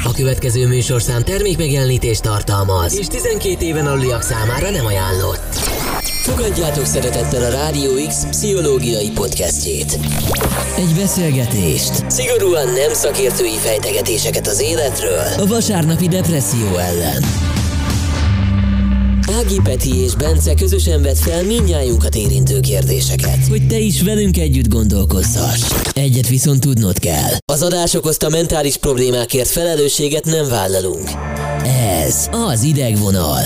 A következő műsorszám termékmegjelenítést tartalmaz, és 12 éven aluliak számára nem ajánlott. Fogadjátok szeretettel a Rádió X pszichológiai podcastjét. Egy beszélgetést, szigorúan nem szakértői fejtegetéseket az életről, a vasárnapi depresszió ellen. Ági, Peti és Bence közösen vett fel mindnyájunkat érintő kérdéseket, hogy te is velünk együtt gondolkozhass. Egyet viszont tudnod kell. Az adás okozta mentális problémákért felelősséget nem vállalunk. Ez az Idegvonal.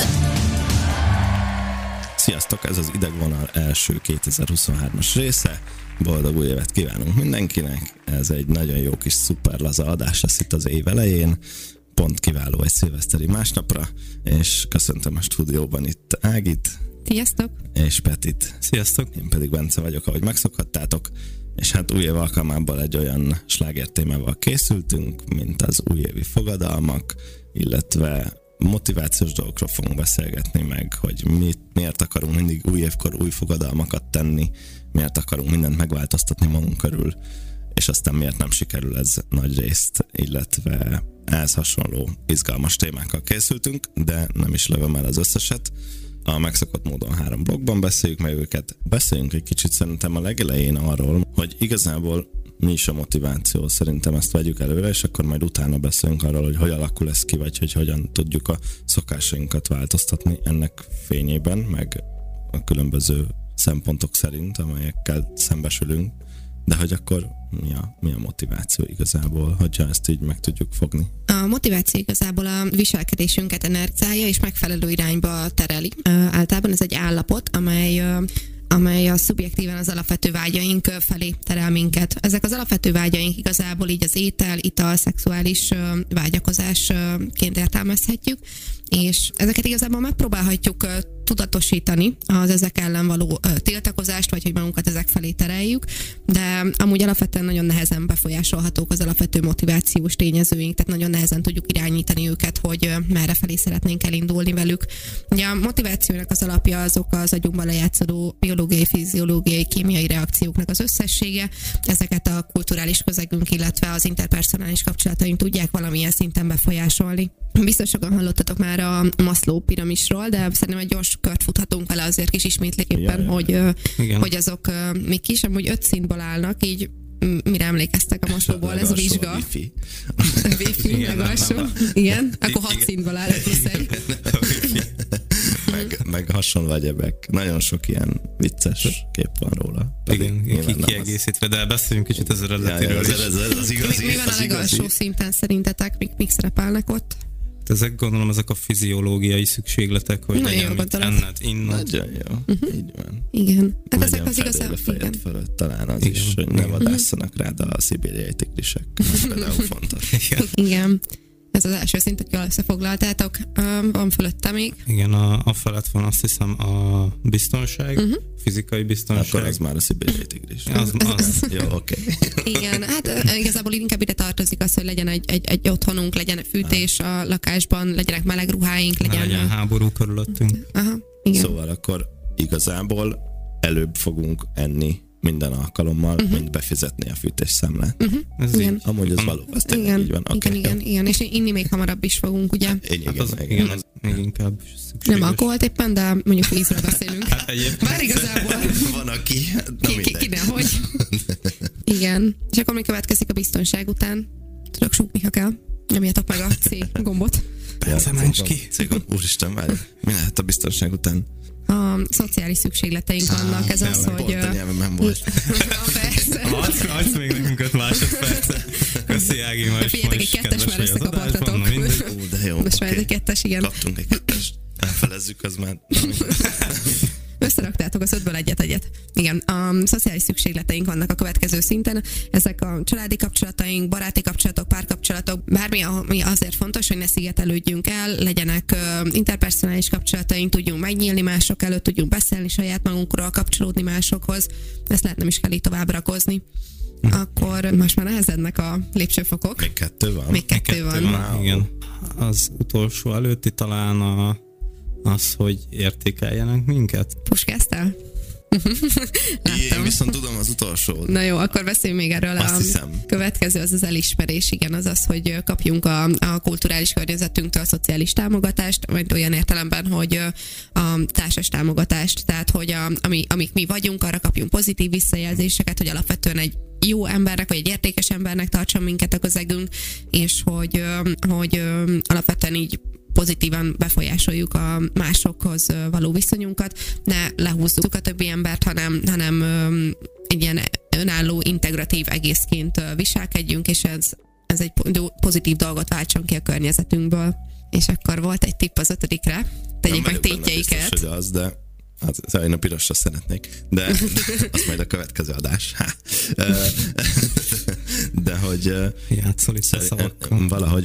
Sziasztok, ez az Idegvonal első 2023-as része. Boldog új évet kívánunk mindenkinek. Ez egy nagyon jó kis szuperlaza adás lesz itt az év elején. Pont kiváló egy szilveszteri másnapra, és köszöntöm a stúdióban itt Ágit. Sziasztok! És Petit. Sziasztok! Én pedig Bence vagyok, ahogy megszokhattátok. És hát új év alkalmából egy olyan sláger témával készültünk, mint az újévi fogadalmak, illetve motivációs dolgokról fogunk beszélgetni meg, hogy miért akarunk mindig új évkor új fogadalmakat tenni, miért akarunk mindent megváltoztatni magunk körül, és aztán miért nem sikerül ez nagy részt, illetve ehhez hasonló izgalmas témákkal készültünk, de nem is lövöm el az összeset. A megszokott módon 3 blokkban beszéljük meg őket. Beszéljünk egy kicsit szerintem a legelején arról, hogy igazából mi is a motiváció, szerintem ezt vegyük előre, és akkor majd utána beszélünk arról, hogy alakul ez ki, vagy hogy hogyan tudjuk a szokásainkat változtatni ennek fényében, meg a különböző szempontok szerint, amelyekkel szembesülünk. De hogy akkor mi a motiváció igazából, hogyha ezt így meg tudjuk fogni? A motiváció igazából a viselkedésünket energizálja és megfelelő irányba tereli. Általában ez egy állapot, amely a szubjektíven az alapvető vágyaink felé terel minket. Ezek az alapvető vágyaink igazából így az étel, ital, szexuális vágyakozásként értelmezhetjük, és ezeket igazából megpróbálhatjuk tudatosítani az ezek ellen való tiltakozást, vagy hogy magunkat ezek felé tereljük, de amúgy alapvetően nagyon nehezen befolyásolhatók az alapvető motivációs tényezőink, tehát nagyon nehezen tudjuk irányítani őket, hogy merre felé szeretnénk elindulni velük. Ugye a motivációnak az alapja azok az agyunkban lejátszódó biológiai, fiziológiai, kémiai reakcióknak az összessége. Ezeket a kulturális közegünk, illetve az interpersonális kapcsolataink tudják valamilyen szinten befolyásolni. Biztos sokan hallottatok már a Maslow piramisról, de szerintem egy gyors kört futhatunk vele azért kis ismétléképpen, hogy azok mik is, amúgy 5 szintből állnak, így mire emlékeztek a Maslowból, ez a vizsga. Wifi, legalsó. Igen, akkor 6 szintből áll, meg hasonló egyebek. Nagyon sok ilyen vicces kép van róla. Igen, kiegészítve, de beszéljünk kicsit az eredetiről is. Az igazi. Mi van a legalsó szinten szerintetek? Mik szerepelnek ott? Gondolom ezek a fiziológiai szükségletek, hogy legyen mit enned, innod. Nagyon jó, így van. Igen. Hát ezek az igazán, igen. Fölött talán az is, hogy ne vadásszanak rád a szibériai tigrisek. Ez például fontos. Igen. Ez az első szint, hogy jól összefoglaltátok. Van fölötte még? Igen, a felett van azt hiszem a biztonság, fizikai biztonság. Akkor az már a szibériai tigris. Jó, oké. Igen, hát igazából inkább ide tartozik az, hogy legyen egy otthonunk, legyen fűtés a lakásban, legyenek meleg ruháink, legyen háború körülöttünk. Aha, igen. Szóval akkor igazából előbb fogunk enni minden alkalommal, mint befizetni a fűtésszámlát. Ez igen. Amúgy ez való, ez tényleg így van. Igen, és inni még hamarabb is fogunk, ugye? Igen, az még inkább szükséges. Nem alkoholt éppen, de mondjuk vízről beszélünk. Már igazából. Van aki, ki nehogy. Igen. És akkor mi következik a biztonság után? Tudok súgni, ha kell. Nyomjátok meg a C gombot. Persze, mencs ki. Úristen, várj. Mi lehet a biztonság után? A szociális szükségleteink vannak, ez az, hogy... Nem volt. Persze. Adsz még nekünk 5 másodpercet. Köszi, Ági, most figyeljetek, egy 2-es már összekapoltatok. De jó, most már egy 2-es, igen. Kaptunk egy 2-est. Elfelezzük, az már... Összeraktátok az 5-ből egyet. Igen, a szociális szükségleteink vannak a következő szinten. Ezek a családi kapcsolataink, baráti kapcsolatok, párkapcsolatok, bármi, ami azért fontos, hogy ne szigetelődjünk el, legyenek interpersonális kapcsolataink, tudjunk megnyílni mások előtt, tudjunk beszélni saját magunkról, kapcsolódni másokhoz. Ezt lehet nem is kell így tovább rakozni. Akkor most már nehezednek a lépcsőfokok. Még 2 van? Még 2 van. Wow. Igen. Az utolsó előtti talán az, hogy értékeljenek minket. Puskáztál? Én viszont tudom az utolsó. Na jó, akkor beszéljünk még erről. Következő az elismerés, igen, az, hogy kapjunk a kulturális környezetünktől szociális támogatást, vagy olyan értelemben, hogy a társas támogatást, tehát hogy amik mi vagyunk, arra kapjunk pozitív visszajelzéseket, hogy alapvetően egy jó embernek, vagy egy értékes embernek tartson minket a közegünk, és hogy alapvetően így pozitívan befolyásoljuk a másokhoz való viszonyunkat, ne lehúzzuk a többi embert, hanem egy ilyen önálló, integratív egészként viselkedjünk, és ez egy pozitív dolgot váltson ki a környezetünkből. És akkor volt egy tipp az 5-re, tegyék meg tétjeiket. Biztos, hogy az, de hát én a pirosra szeretnék, de az majd a következő adás. De hogy játszol itt a szavakkal.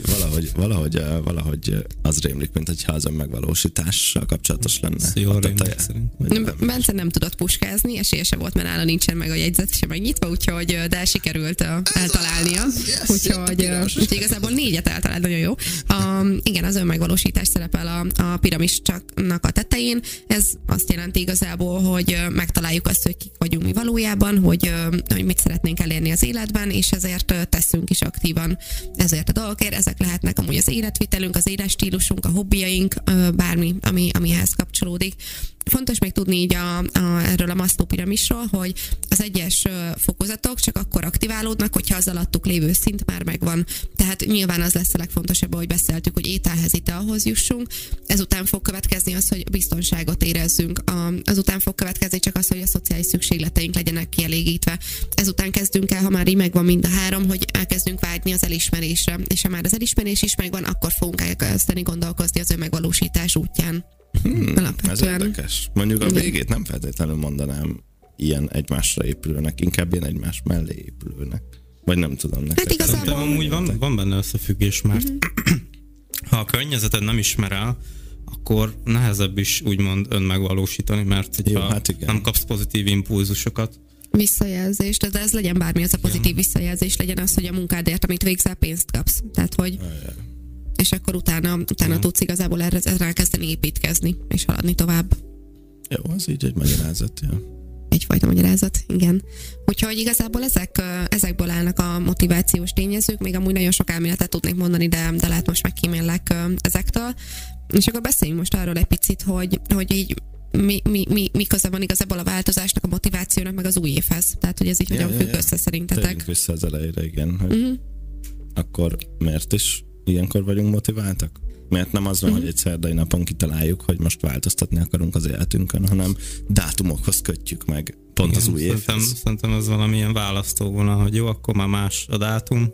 Valahogy az rémlik, mint hogyha az önmegvalósítással kapcsolatos lenne. Jól rémlik szerint. Bence nem tudott puskázni, esélye se volt, mert nála nincsen meg a jegyzet se megnyitva, úgyhogy de sikerült eltalálnia. Úgyhogy igazából 4-et eltalált, nagyon jó. Igen, az önmegvalósítás szerepel a piramisnak a tetején. Ez azt jelenti igazából, hogy megtaláljuk azt, hogy kik vagyunk mi valójában, hogy mit szeretnénk elérni az életben, és ezért teszünk is aktívan ezért a dolgokért. Ezek lehetnek amúgy az életvitelünk, az életstílusunk, a hobbiaink, bármi, amihez kapcsolódik. Fontos még tudni így erről a Maslow piramisról, hogy az egyes fokozatok csak akkor aktiválódnak, hogyha az alattuk lévő szint már megvan. Tehát nyilván az lesz a legfontosabb, hogy beszéltük, hogy ételhez, italhoz jussunk. Ezután fog következni az, hogy biztonságot érezzünk. Azután fog következni csak az, hogy a szociális szükségleteink legyenek kielégítve. Ezután kezdünk el, ha már így megvan mind a 3, hogy elkezdünk vágyni az elismerésre. És ha már az elismerés is megvan, akkor fogunk elkezdeni gondolkozni az önmegvalósítás útján. Ez érdekes. Mondjuk a végét nem feltétlenül mondanám ilyen egymásra épülőnek, inkább ilyen egymás mellé épülőnek. Vagy nem tudom. Hát igazából... Amúgy van benne összefüggés, mert ha a környezeted nem ismer el, akkor nehezebb is úgymond önmegvalósítani, mert hogyha nem kapsz pozitív impulzusokat. Visszajelzést, de ez legyen bármi, az a pozitív visszajelzés, legyen az, hogy a munkádért, amit végzel, pénzt kapsz. Tehát, hogy... és akkor utána tudsz igazából erre elkezdeni építkezni, és haladni tovább. Jó, az így egy magyarázat, ja. Egyfajta magyarázat, igen. Úgyhogy igazából ezekből állnak a motivációs tényezők, még amúgy nagyon sok elméletet tudnék mondani, de lehet most megkímélek ezektől. És akkor beszéljünk most arról egy picit, hogy így mi köze van igazából a változásnak, a motivációnak, meg az új évhez. Tehát, hogy ez így nagyon függ össze szerintetek. Tegyünk vissza az elejére, igen. Hogy akkor miért is ilyenkor vagyunk motiváltak? Mert nem az van, hogy egy szerdai napon kitaláljuk, hogy most változtatni akarunk az életünkön, hanem dátumokhoz kötjük meg pont az új évhez. Szerintem ez valamilyen választóvonal, hogy jó, akkor már más a dátum,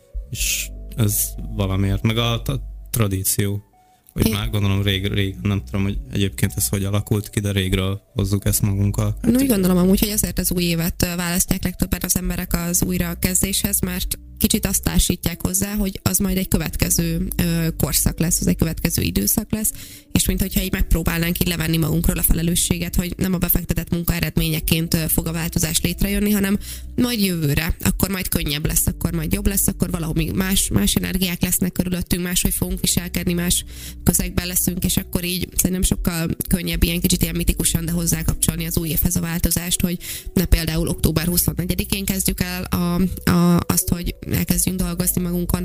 és ez valamiért, meg a tradíció, hogy már gondolom régen, nem tudom, hogy egyébként ez hogy alakult ki, de régről hozzuk ezt magunkkal. Úgy gondolom amúgy, hogy azért az új évet választják legtöbben az emberek az újrakezdéshez, mert kicsit azt társítják hozzá, hogy az majd egy következő korszak lesz, az egy következő időszak lesz, és mint hogyha így megpróbálnánk így levenni magunkról a felelősséget, hogy nem a befektetett munka eredményeként fog a változás létrejönni, hanem majd jövőre, akkor majd könnyebb lesz, akkor majd jobb lesz, akkor valahol más energiák lesznek körülöttünk, máshogy fogunk viselkedni, más közegben leszünk, és akkor így szerintem sokkal könnyebb ilyen kicsit ilyen mitikusan, de hozzákapcsolni az új évhez a változást, hogy ne például október 24-én kezdjük el azt, hogy elkezdjünk dolgozni magunkon,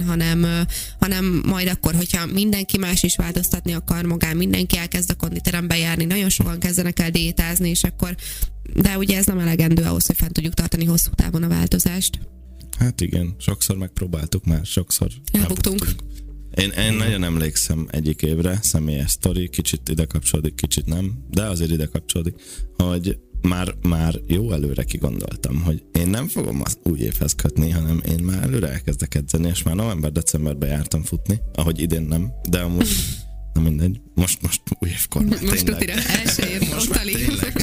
hanem majd akkor, hogyha mindenki más is változtatni akar magán, mindenki elkezd a konditerembe járni, nagyon sokan kezdenek el diétázni, és akkor, de ugye ez nem elegendő ahhoz, hogy fent tudjuk tartani hosszú távon a változást. Hát igen, sokszor megpróbáltuk már, sokszor elbuktunk. Én nagyon emlékszem egyik évre, személyes sztori, kicsit ide kapcsolódik, kicsit nem, de azért ide kapcsolódik, hogy már jó előre kigondoltam, hogy én nem fogom az új évhez kötni, hanem én már előre elkezdek edzeni, és már november-decemberben jártam futni, ahogy idén nem, de amúgy nem mindegy, most új évkor már most tutira, első év, most tényleg.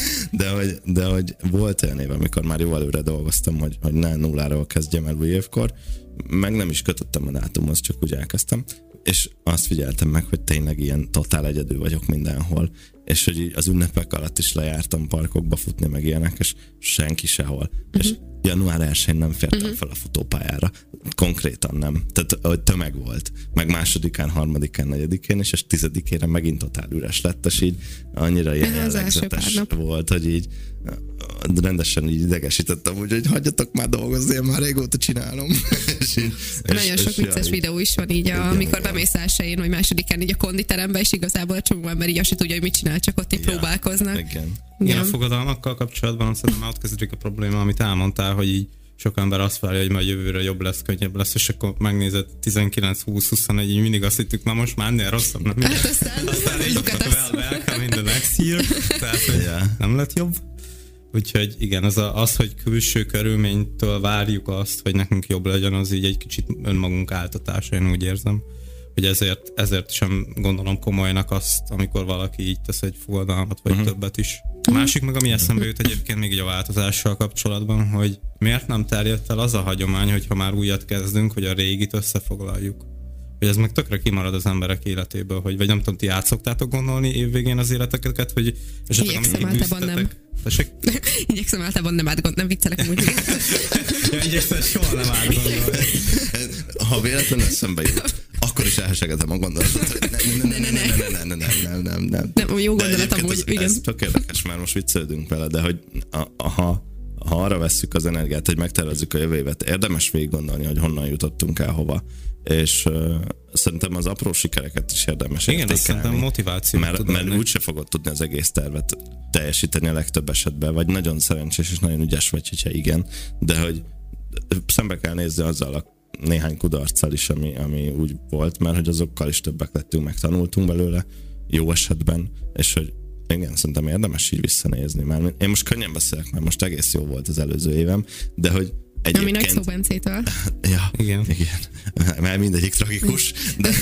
De hogy volt olyan év, amikor már jó előre dolgoztam, hogy ne nulláról kezdjem el új évkor, meg nem is kötöttem a dátumhoz, csak úgy elkezdtem, és azt figyeltem meg, hogy tényleg ilyen totál egyedül vagyok mindenhol, és hogy az ünnepek alatt is lejártam parkokba futni, meg ilyenek, és senki sehol. És január 1-én nem fértem fel a futópályára. Konkrétan nem. Tehát hogy tömeg volt. Meg 2-án, 3-án, 4-én is, és 10-ére megint totál üres lett, és így annyira ilyen jellegzetes volt, hogy így rendesen így idegesítettem, úgyhogy hagyjatok már dolgozni, én már régóta csinálom. Nagyon sok vicces videó is van így, amikor bemész elsőjén, vagy másodikán így a konditerembe, és igazából a csomó ember így azt se tudja, hogy mit csinál, csak ott így próbálkoznak. Igen, a fogadalmakkal kapcsolatban szerintem ott kezdődik a probléma, amit elmondtál, hogy így sok ember azt várja, hogy majd jövőre jobb lesz, könnyebb lesz, és akkor megnézed 19-20-21, így mindig azt hittük, na most már ennél rosszabb, nem? Hát aztán így welcome in the next year, tehát nem lett jobb. Úgyhogy igen, az, hogy külső körülménytől várjuk azt, hogy nekünk jobb legyen, az így egy kicsit önmagunk áltatása, én úgy érzem. Hogy ezért sem gondolom komolynak azt, amikor valaki így tesz egy fogadalmat, vagy többet is. A másik meg, ami eszembe jut egyébként még így a változással kapcsolatban, hogy miért nem terjedt el az a hagyomány, hogy ha már újat kezdünk, hogy a régit összefoglaljuk. Hogy ez meg tökre kimarad az emberek életéből, hogy vagy nem tudom, ti át szoktátok gondolni évvégén az életeket, hogy esetleg igyekszem általában nem. Igyekszem általában nem viccelek amúgy. Igyekszem soha nem átgondolni. Ha véletlenül eszembe jut, akkor is elhesegetem a gondolatot. Nem, jó gondolat amúgy, igen. Ez tök érdekes, már most viccelődünk vele, de hogy ha arra vesszük az energiát, hogy megtervezzük a jövő évet, érdemes végig gondolni, hogy honnan jutottunk el hova. És szerintem az apró sikereket is érdemes értékelni. Igen, szerintem motiváció. Mert úgyse fogod tudni az egész tervet teljesíteni a legtöbb esetben, vagy nagyon szerencsés és nagyon ügyes vagy, hogyha igen, de hogy szembe kell nézni azzal a néhány kudarccal is, ami úgy volt, mert hogy azokkal is többek lettünk, meg tanultunk belőle jó esetben, és hogy igen, szerintem érdemes így visszanézni. Mert én most könnyen beszélek, mert most egész jó volt az előző évem, de hogy egyébként... Ami nagy szó Bencétől. Ja, igen. Mert mindegyik tragikus,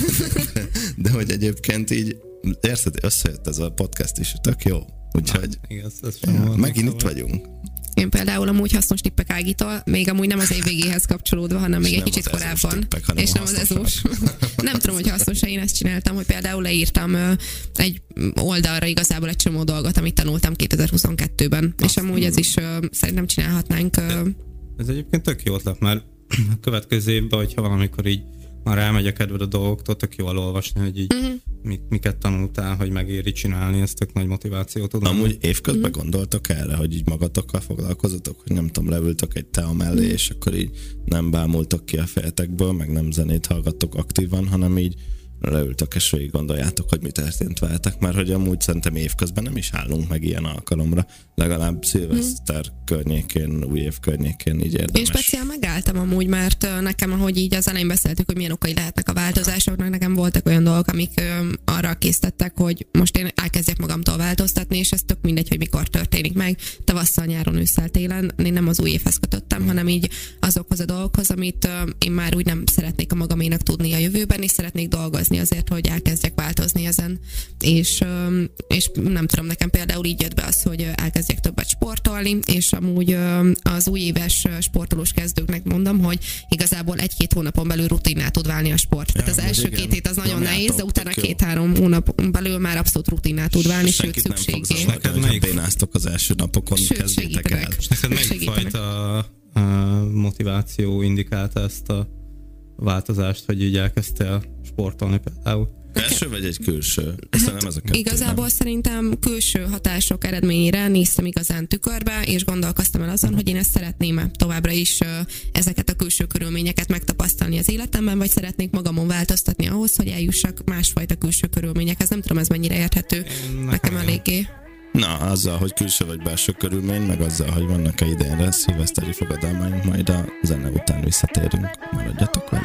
de hogy egyébként így érted, összejött ez a podcast is, tök jó. Úgyhogy megint itt vagyunk. Én például amúgy hasznos tippek Ágitól, még amúgy nem az év végéhez kapcsolódva, hanem még egy kicsit korábban. Tippek, és nem az ezós. Nem tudom, hogy hasznos, én ezt csináltam, hogy például leírtam egy oldalra igazából egy csomó dolgot, amit tanultam 2022-ben. És amúgy ez is szerintem csinálhatnánk. Ez egyébként tök jó ötlet, mert a következő évben, hogyha valamikor így már elmegy a kedved a dolgoktól, tök jól olvasni, hogy így miket tanultál, hogy megéri csinálni, ez tök nagy motiváció tud. Amúgy évközben gondoltok erre, hogy így magatokkal foglalkozotok, hogy nem tudom, leültök egy tea mellé, és akkor így nem bámultok ki a fejetekből, meg nem zenét hallgattok aktívan, hanem így leültök és végig gondoljátok, hogy mi történt veletek, mert hogy amúgy szerintem évközben nem is állunk meg ilyen alkalomra, legalább szilveszter környékén, új év környékén így érdemes. Én speciál megálltam amúgy, mert nekem, ahogy így az elején beszéltük, hogy milyen okai lehetnek a változásoknak, nekem voltak olyan dolgok, amik arra késztettek, hogy most én elkezdjek magamtól változtatni, és ez tök mindegy, hogy mikor történik meg, tavasszal, nyáron, ősszel, télen, én nem az új évhez kötöttem, hanem így azokhoz a dolgokhoz, amit én már úgy nem szeretnék a magaménak tudni a jövőben, és szeretnék dolgozni azért, hogy elkezdjek változni ezen. És nem tudom, nekem például így jött be az, hogy elkezdjek többet sportolni, és amúgy az újéves sportolós kezdőknek mondom, hogy igazából 1-2 hónapon belül rutinná tud válni a sport. Tehát az első 2 hét az nagyon nehéz, de utána 2-3 hónapon belül már abszolút rutinná tud válni, sőt szükségé. Neked melyik bénáztok az első napokon, kezdjétek el. Neked melyik fajta motiváció indikálta ezt a változást, hogy így elkezdtél sportolni például? Belső vagy egy külső? Aztán nem ez a kettő, igazából nem? Szerintem külső hatások eredményére néztem igazán tükörbe, és gondolkoztam el azon, hogy én ezt szeretném továbbra is ezeket a külső körülményeket megtapasztalni az életemben, vagy szeretnék magamon változtatni ahhoz, hogy eljussak másfajta külső körülményekhez. Nem tudom, ez mennyire érthető. Nekem eléggé. Na, azzal, hogy külső vagy belső körülmény, meg azzal, hogy vannak-e idénre szilveszteri fogadalmaink, majd a zene után visszatérünk. Maradjatok velünk.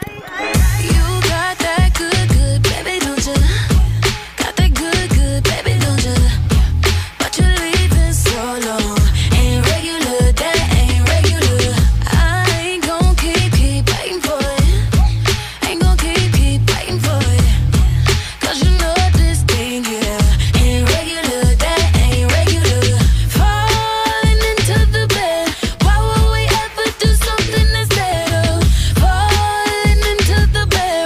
Falling into the bed.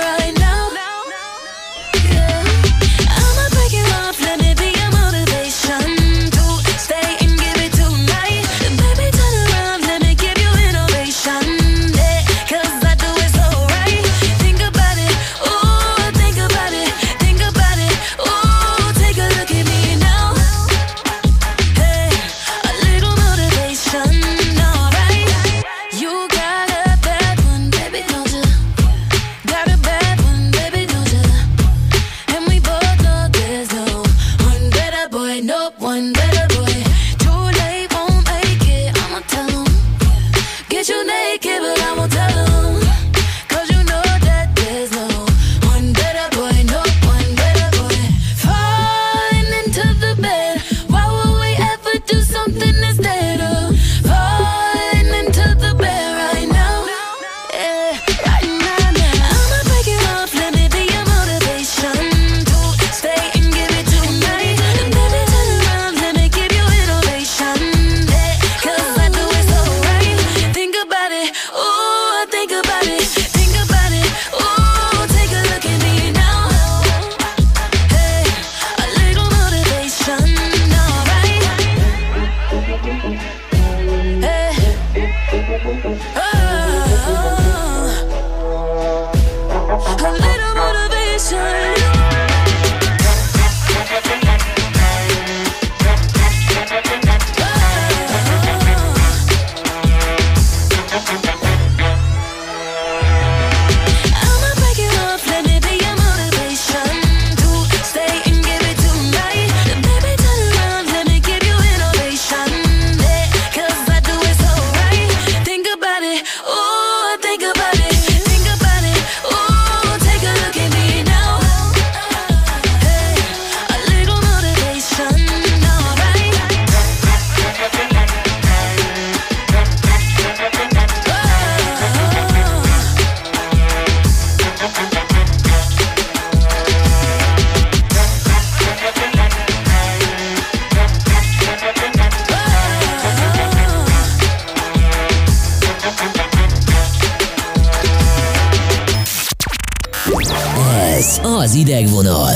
az idegvonal.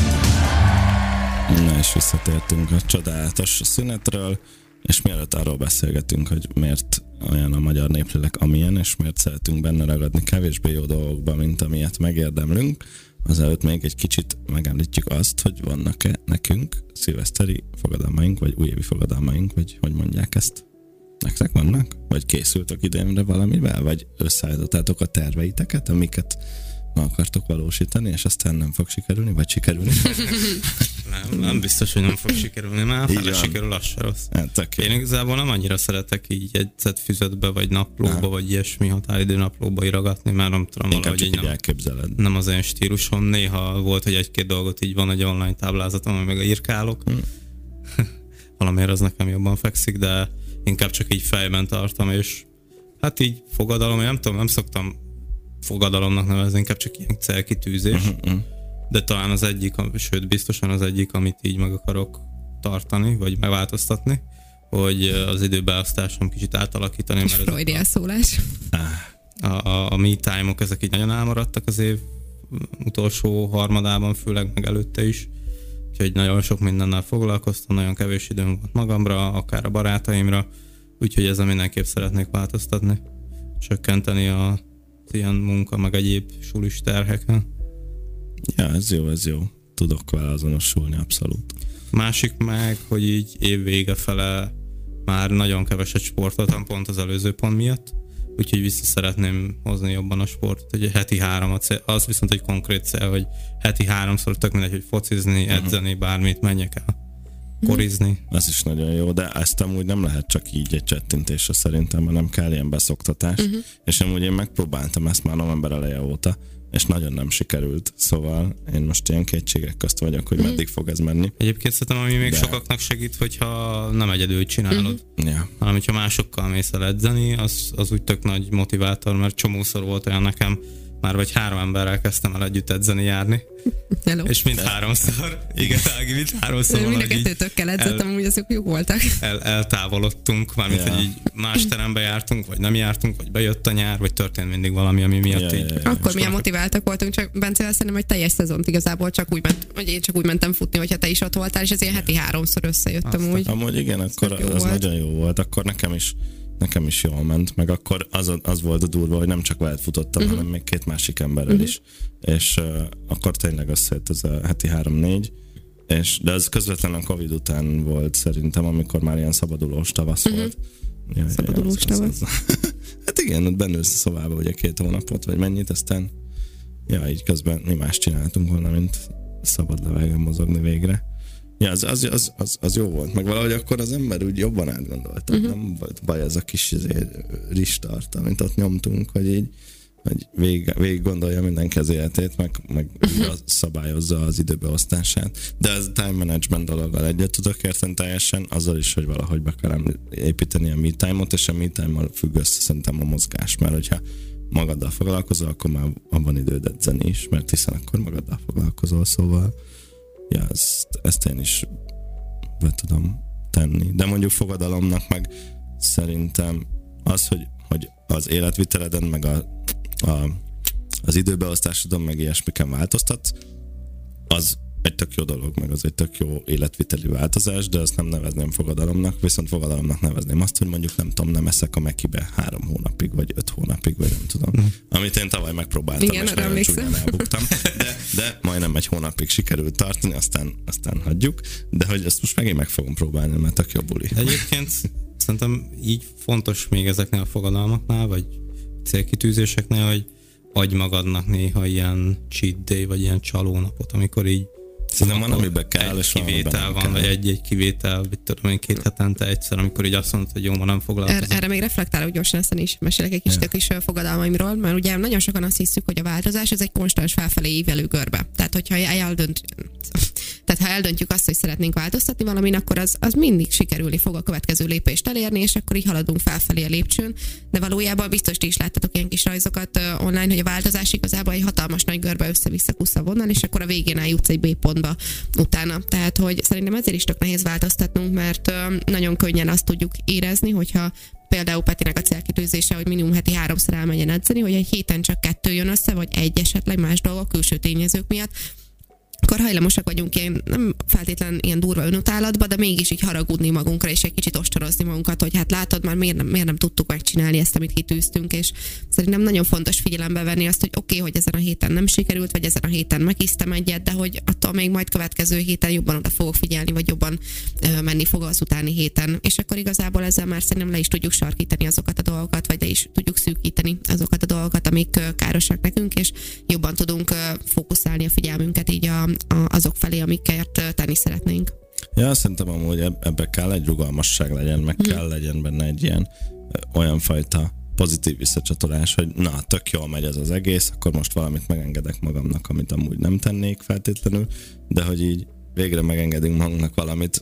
Na és visszatértünk a csodálatos szünetről, és mielőtt arról beszélgetünk, hogy miért olyan a magyar néplélek, amilyen, és miért szeretünk benne ragadni kevésbé jó dolgokba, mint amilyet megérdemlünk, azelőtt még egy kicsit megemlítjük azt, hogy vannak-e nekünk szilveszteri fogadalmaink, vagy újévi fogadalmaink, vagy hogy mondják ezt? Nektek vannak? Vagy készültök idénre valamivel? Vagy összeállítottátok a terveiteket, amiket ma akartok valósítani, és aztán nem fog sikerülni, vagy sikerülni? Nem biztos, hogy nem fog sikerülni, mert ha sikerül, az se rossz. Hát, én igazából nem annyira szeretek így jegyzett füzetbe, vagy naplóba, vagy ilyesmi határidő naplóba írogatni, mert nem tudom, valahogy így nem az én stílusom. Néha volt, hogy egy-két dolgot így van egy online táblázatom, ami meg írkálok. Valamiért az nekem jobban fekszik, de inkább csak így fejben tartom, és hát így fogadalom, én nem tudom, nem szoktam fogadalomnak nevezni, inkább csak ilyen célkitűzés. De talán az egyik, sőt biztosan az egyik, amit így meg akarok tartani, vagy megváltoztatni, hogy az időbeosztásom kicsit átalakítani. És Freud elszólás. A me time-ok, ezek így nagyon elmaradtak az év utolsó harmadában, főleg meg előtte is. Úgyhogy nagyon sok mindennel foglalkoztam, nagyon kevés időm volt magamra, akár a barátaimra, úgyhogy ezzel mindenképp szeretnék változtatni. Csökkenteni az ilyen munka, meg egyéb sulis terheken. Ja, ez jó. Tudok vele azonosulni, abszolút. Másik meg, hogy így év vége fele már nagyon keveset sportoltam pont az előző pont miatt, úgyhogy vissza szeretném hozni jobban a sportot, hogy heti 3 a cél, az viszont egy konkrét cél, hogy heti 3-szor tök mindegy, hogy focizni, edzeni, bármit, menjek el, korizni. Ez is nagyon jó, de ezt amúgy nem lehet csak így egy csettintésre szerintem, hanem kell ilyen beszoktatás, és amúgy én megpróbáltam ezt már november eleje óta, és nagyon nem sikerült, szóval én most ilyen kétségek közt vagyok, hogy meddig fog ez menni. Egyébként szerintem, ami még sokaknak segít, hogyha nem egyedül csinálod, hanem hogyha másokkal mész el edzeni, az úgy tök nagy motivátor, mert csomószor volt olyan nekem, már vagy 3 emberrel kezdtem el együtt edzeni, járni. Hello. És mind 3-szor, igen, Ági, mind 3-szor. Mind a kettőtökkel edzettem, amúgy azok jók voltak. Eltávolodtunk, mármint, hogy így más terembe jártunk, vagy nem jártunk, vagy bejött a nyár, vagy történt mindig valami, ami miatt így. Akkor milyen motiváltak voltunk, csak Bencével szerintem, hogy teljes szezont igazából csak úgy ment, vagy én csak úgy mentem futni, hogyha te is ott voltál, és ezért heti 3-szor összejöttem úgy. Amúgy igen, akkor az nagyon jó volt, akkor nekem is jól ment, meg akkor az volt a durva, hogy nem csak veled futottam, hanem még 2 másik emberrel is, és akkor tényleg összejött ez a heti 3-4, de ez közvetlenül a Covid után volt szerintem, amikor már ilyen szabadulós tavasz volt. Szabadulós tavasz? Hát igen, ott bennülsz a szobába ugye 2 hónapot, vagy mennyit, aztán így közben mi más csináltunk volna, mint szabad levegőn mozogni végre. Ja, az jó volt, meg valahogy akkor az ember úgy jobban átgondolta. Nem volt baj ez a kis ristart, amit ott nyomtunk, hogy így végig gondolja minden életét, meg szabályozza az időbeosztását. De ez time management dologgal egyet tudok érteni teljesen, azzal is, hogy valahogy be kell építeni a me time-ot, és a me time-mal függ össze szerintem a mozgás, mert hogyha magaddal foglalkozol, akkor már abban időd edzeni is, mert hiszen akkor magaddal foglalkozol, szóval ja, ezt én is be tudom tenni. De mondjuk fogadalomnak meg szerintem az, hogy az életviteleden, meg az időbeosztásodon, meg ilyesmiken változtatsz, az egy tök jó dolog, meg az egy tök jó életviteli változás, de azt nem nevezném fogadalomnak, viszont fogadalomnak nevezném azt, hogy mondjuk nem tudom, nem eszek a Mekibe 3 hónapig, vagy 5 hónapig, vagy nem tudom. Amit én tavaly megpróbáltam, igen, és nagyon csúnyán elbuktam, de majdnem 1 hónapig sikerült tartani, aztán hagyjuk, de hogy ezt most megint meg fogom próbálni, mert tök jó buli. Egyébként szerintem így fontos még ezeknél a fogadalmaknál, vagy célkitűzéseknél, hogy adj magadnak néha ilyen cheat day, vagy ilyen csalónapot, amikor így szerintem van, amiben kell, és kivétel van, vagy egy kivétel, vagy tudom én 2 hetente egyszer, amikor így azt mondod, hogy jó, ma nem foglalkozom. Erre még reflektálok gyorsan, aztán is mesélek egy kis tök is fogadalmaimról, mert ugye nagyon sokan azt hiszük, hogy a változás ez egy konstans felfelé ívelő görbe. Tehát, hogyha eldöntjük azt, hogy szeretnénk változtatni valamin, akkor az mindig sikerülni fog a következő lépést elérni, és akkor így haladunk felfelé a lépcsőn. De valójában biztos ti is láttatok ilyen kis rajzokat online, hogy a változás igazából egy hatalmas nagy görbe össze-vissza kussza vonal, és akkor a végén eljutsz egy B pontba utána. Tehát, hogy szerintem ezért is tök nehéz változtatnunk, mert nagyon könnyen azt tudjuk érezni, hogyha például Petinek a célkitűzése, hogy minimum heti 3-szor elmenjen edzeni, hogy egy héten csak 2 jön össze, vagy egy esetleg más dolgok, külső tényezők miatt, akkor hajlamosak vagyunk ilyen, nem feltétlen ilyen durva önutálatba, de mégis így haragudni magunkra, és egy kicsit ostorozni magunkat, hogy hát látod, már miért nem tudtuk megcsinálni ezt, amit kitűztünk, és szerintem nagyon fontos figyelembe venni azt, hogy oké, hogy ezen a héten nem sikerült, vagy ezen a héten megisztem egyet, de hogy attól még majd következő héten jobban oda fogok figyelni, vagy jobban menni fog az utáni héten. És akkor igazából ezzel már szerintem le is tudjuk sarkítani azokat a dolgokat, vagy le is tudjuk szűkíteni azokat a dolgokat, amik károsak nekünk, és jobban tudunk fókuszálni a figyelmünket így azok felé, amiket tenni szeretnénk. Ja, szerintem amúgy ebbe kell egy rugalmasság legyen, meg kell legyen benne egy ilyen olyan fajta pozitív visszacsatolás, hogy na, tök jól megy ez az egész, akkor most valamit megengedek magamnak, amit amúgy nem tennék feltétlenül, de hogy így végre megengedünk magunknak valamit,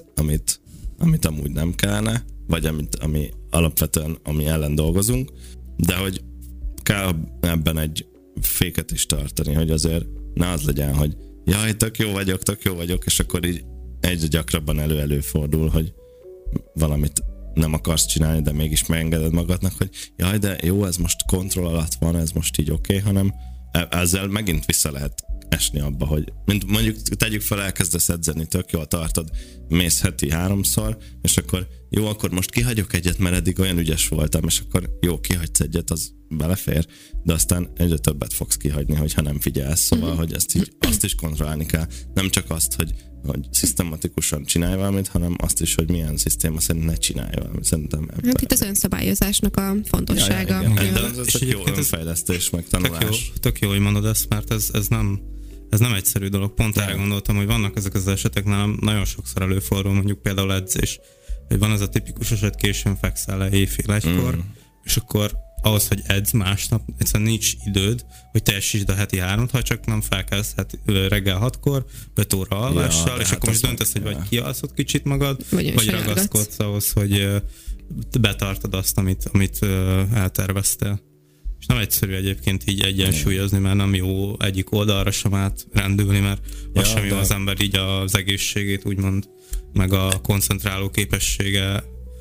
amit amúgy nem kellene, vagy ami alapvetően ami ellen dolgozunk, de hogy kell ebben egy féket is tartani, hogy azért ne az legyen, hogy jaj, tök jó vagyok, és akkor így egyre gyakrabban előfordul, hogy valamit nem akarsz csinálni, de mégis megengeded magadnak, hogy jaj, de jó, ez most kontroll alatt van, ez most így oké, hanem ezzel megint vissza lehet esni abba, hogy mondjuk tegyük fel, elkezdesz edzeni, tök jól tartod, mész heti 3-szor, és akkor jó, akkor most kihagyok egyet, mert eddig olyan ügyes voltam, és akkor jó, kihagysz egyet, az belefér, de aztán egyre többet fogsz kihagyni, hogyha nem figyelsz, szóval, hogy ezt így, azt is kontrollálni kell. Nem csak azt, hogy szisztematikusan csinálj valamit, hanem azt is, hogy milyen szisztéma szerint ne csinálj valamit. Szerintem hát itt az önszabályozásnak a fontossága. Ja, de ez tök jó önfejlesztés, meg tanulás. Tök jó, hogy mondod ezt, mert ez nem egyszerű dolog. Pont erre gondoltam, hogy vannak ezek az esetek, nálam nagyon sokszor előfordul, mondjuk például edzés, hogy van ez a tipikus eset, későn fekszel le éjfél 1-kor, és akkor ahhoz, hogy edz másnap, egyszerűen nincs időd, hogy teljesítsd a heti 3-at, ha csak nem felkelsz reggel 6-kor, 5 óra alvással, és akkor most döntesz, hogy vagy kialszod kicsit magad, vagy ragaszkodsz ahhoz, hogy betartad azt, amit elterveztél. És nem egyszerű egyébként így egyensúlyozni, mert nem jó egyik oldalra sem átrendülni, mert az sem jó az ember így az egészségét úgymond, meg a koncentráló képessége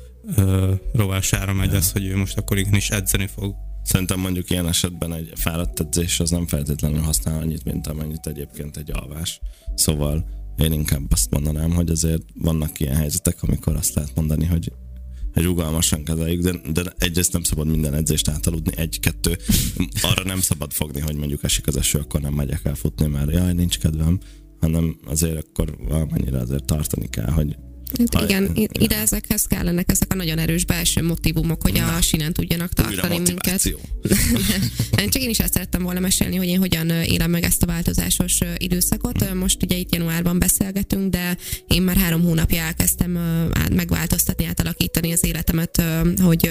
rovására megy az, hogy ő most akkor igenis edzeni fog. Szerintem mondjuk ilyen esetben egy fáradt edzés az nem feltétlenül használ annyit, mint amennyit egyébként egy alvás. Szóval én inkább azt mondanám, hogy azért vannak ilyen helyzetek, amikor azt lehet mondani, hogy rugalmasan kezeljük, de egyrészt nem szabad minden edzést átaludni, 1-2, arra nem szabad fogni, hogy mondjuk esik az eső, akkor nem megyek el futni, mert jaj, nincs kedvem, hanem azért akkor valamennyire azért tartani kell, hogy igen, ide ezekhez kellenek ezek a nagyon erős belső motívumok, hogy a sínen tudjanak tartani minket. Csak én is ezt szerettem volna mesélni, hogy én hogyan élem meg ezt a változásos időszakot. Most ugye itt januárban beszélgetünk, de én már 3 hónapja elkezdtem megváltoztatni, átalakítani az életemet, hogy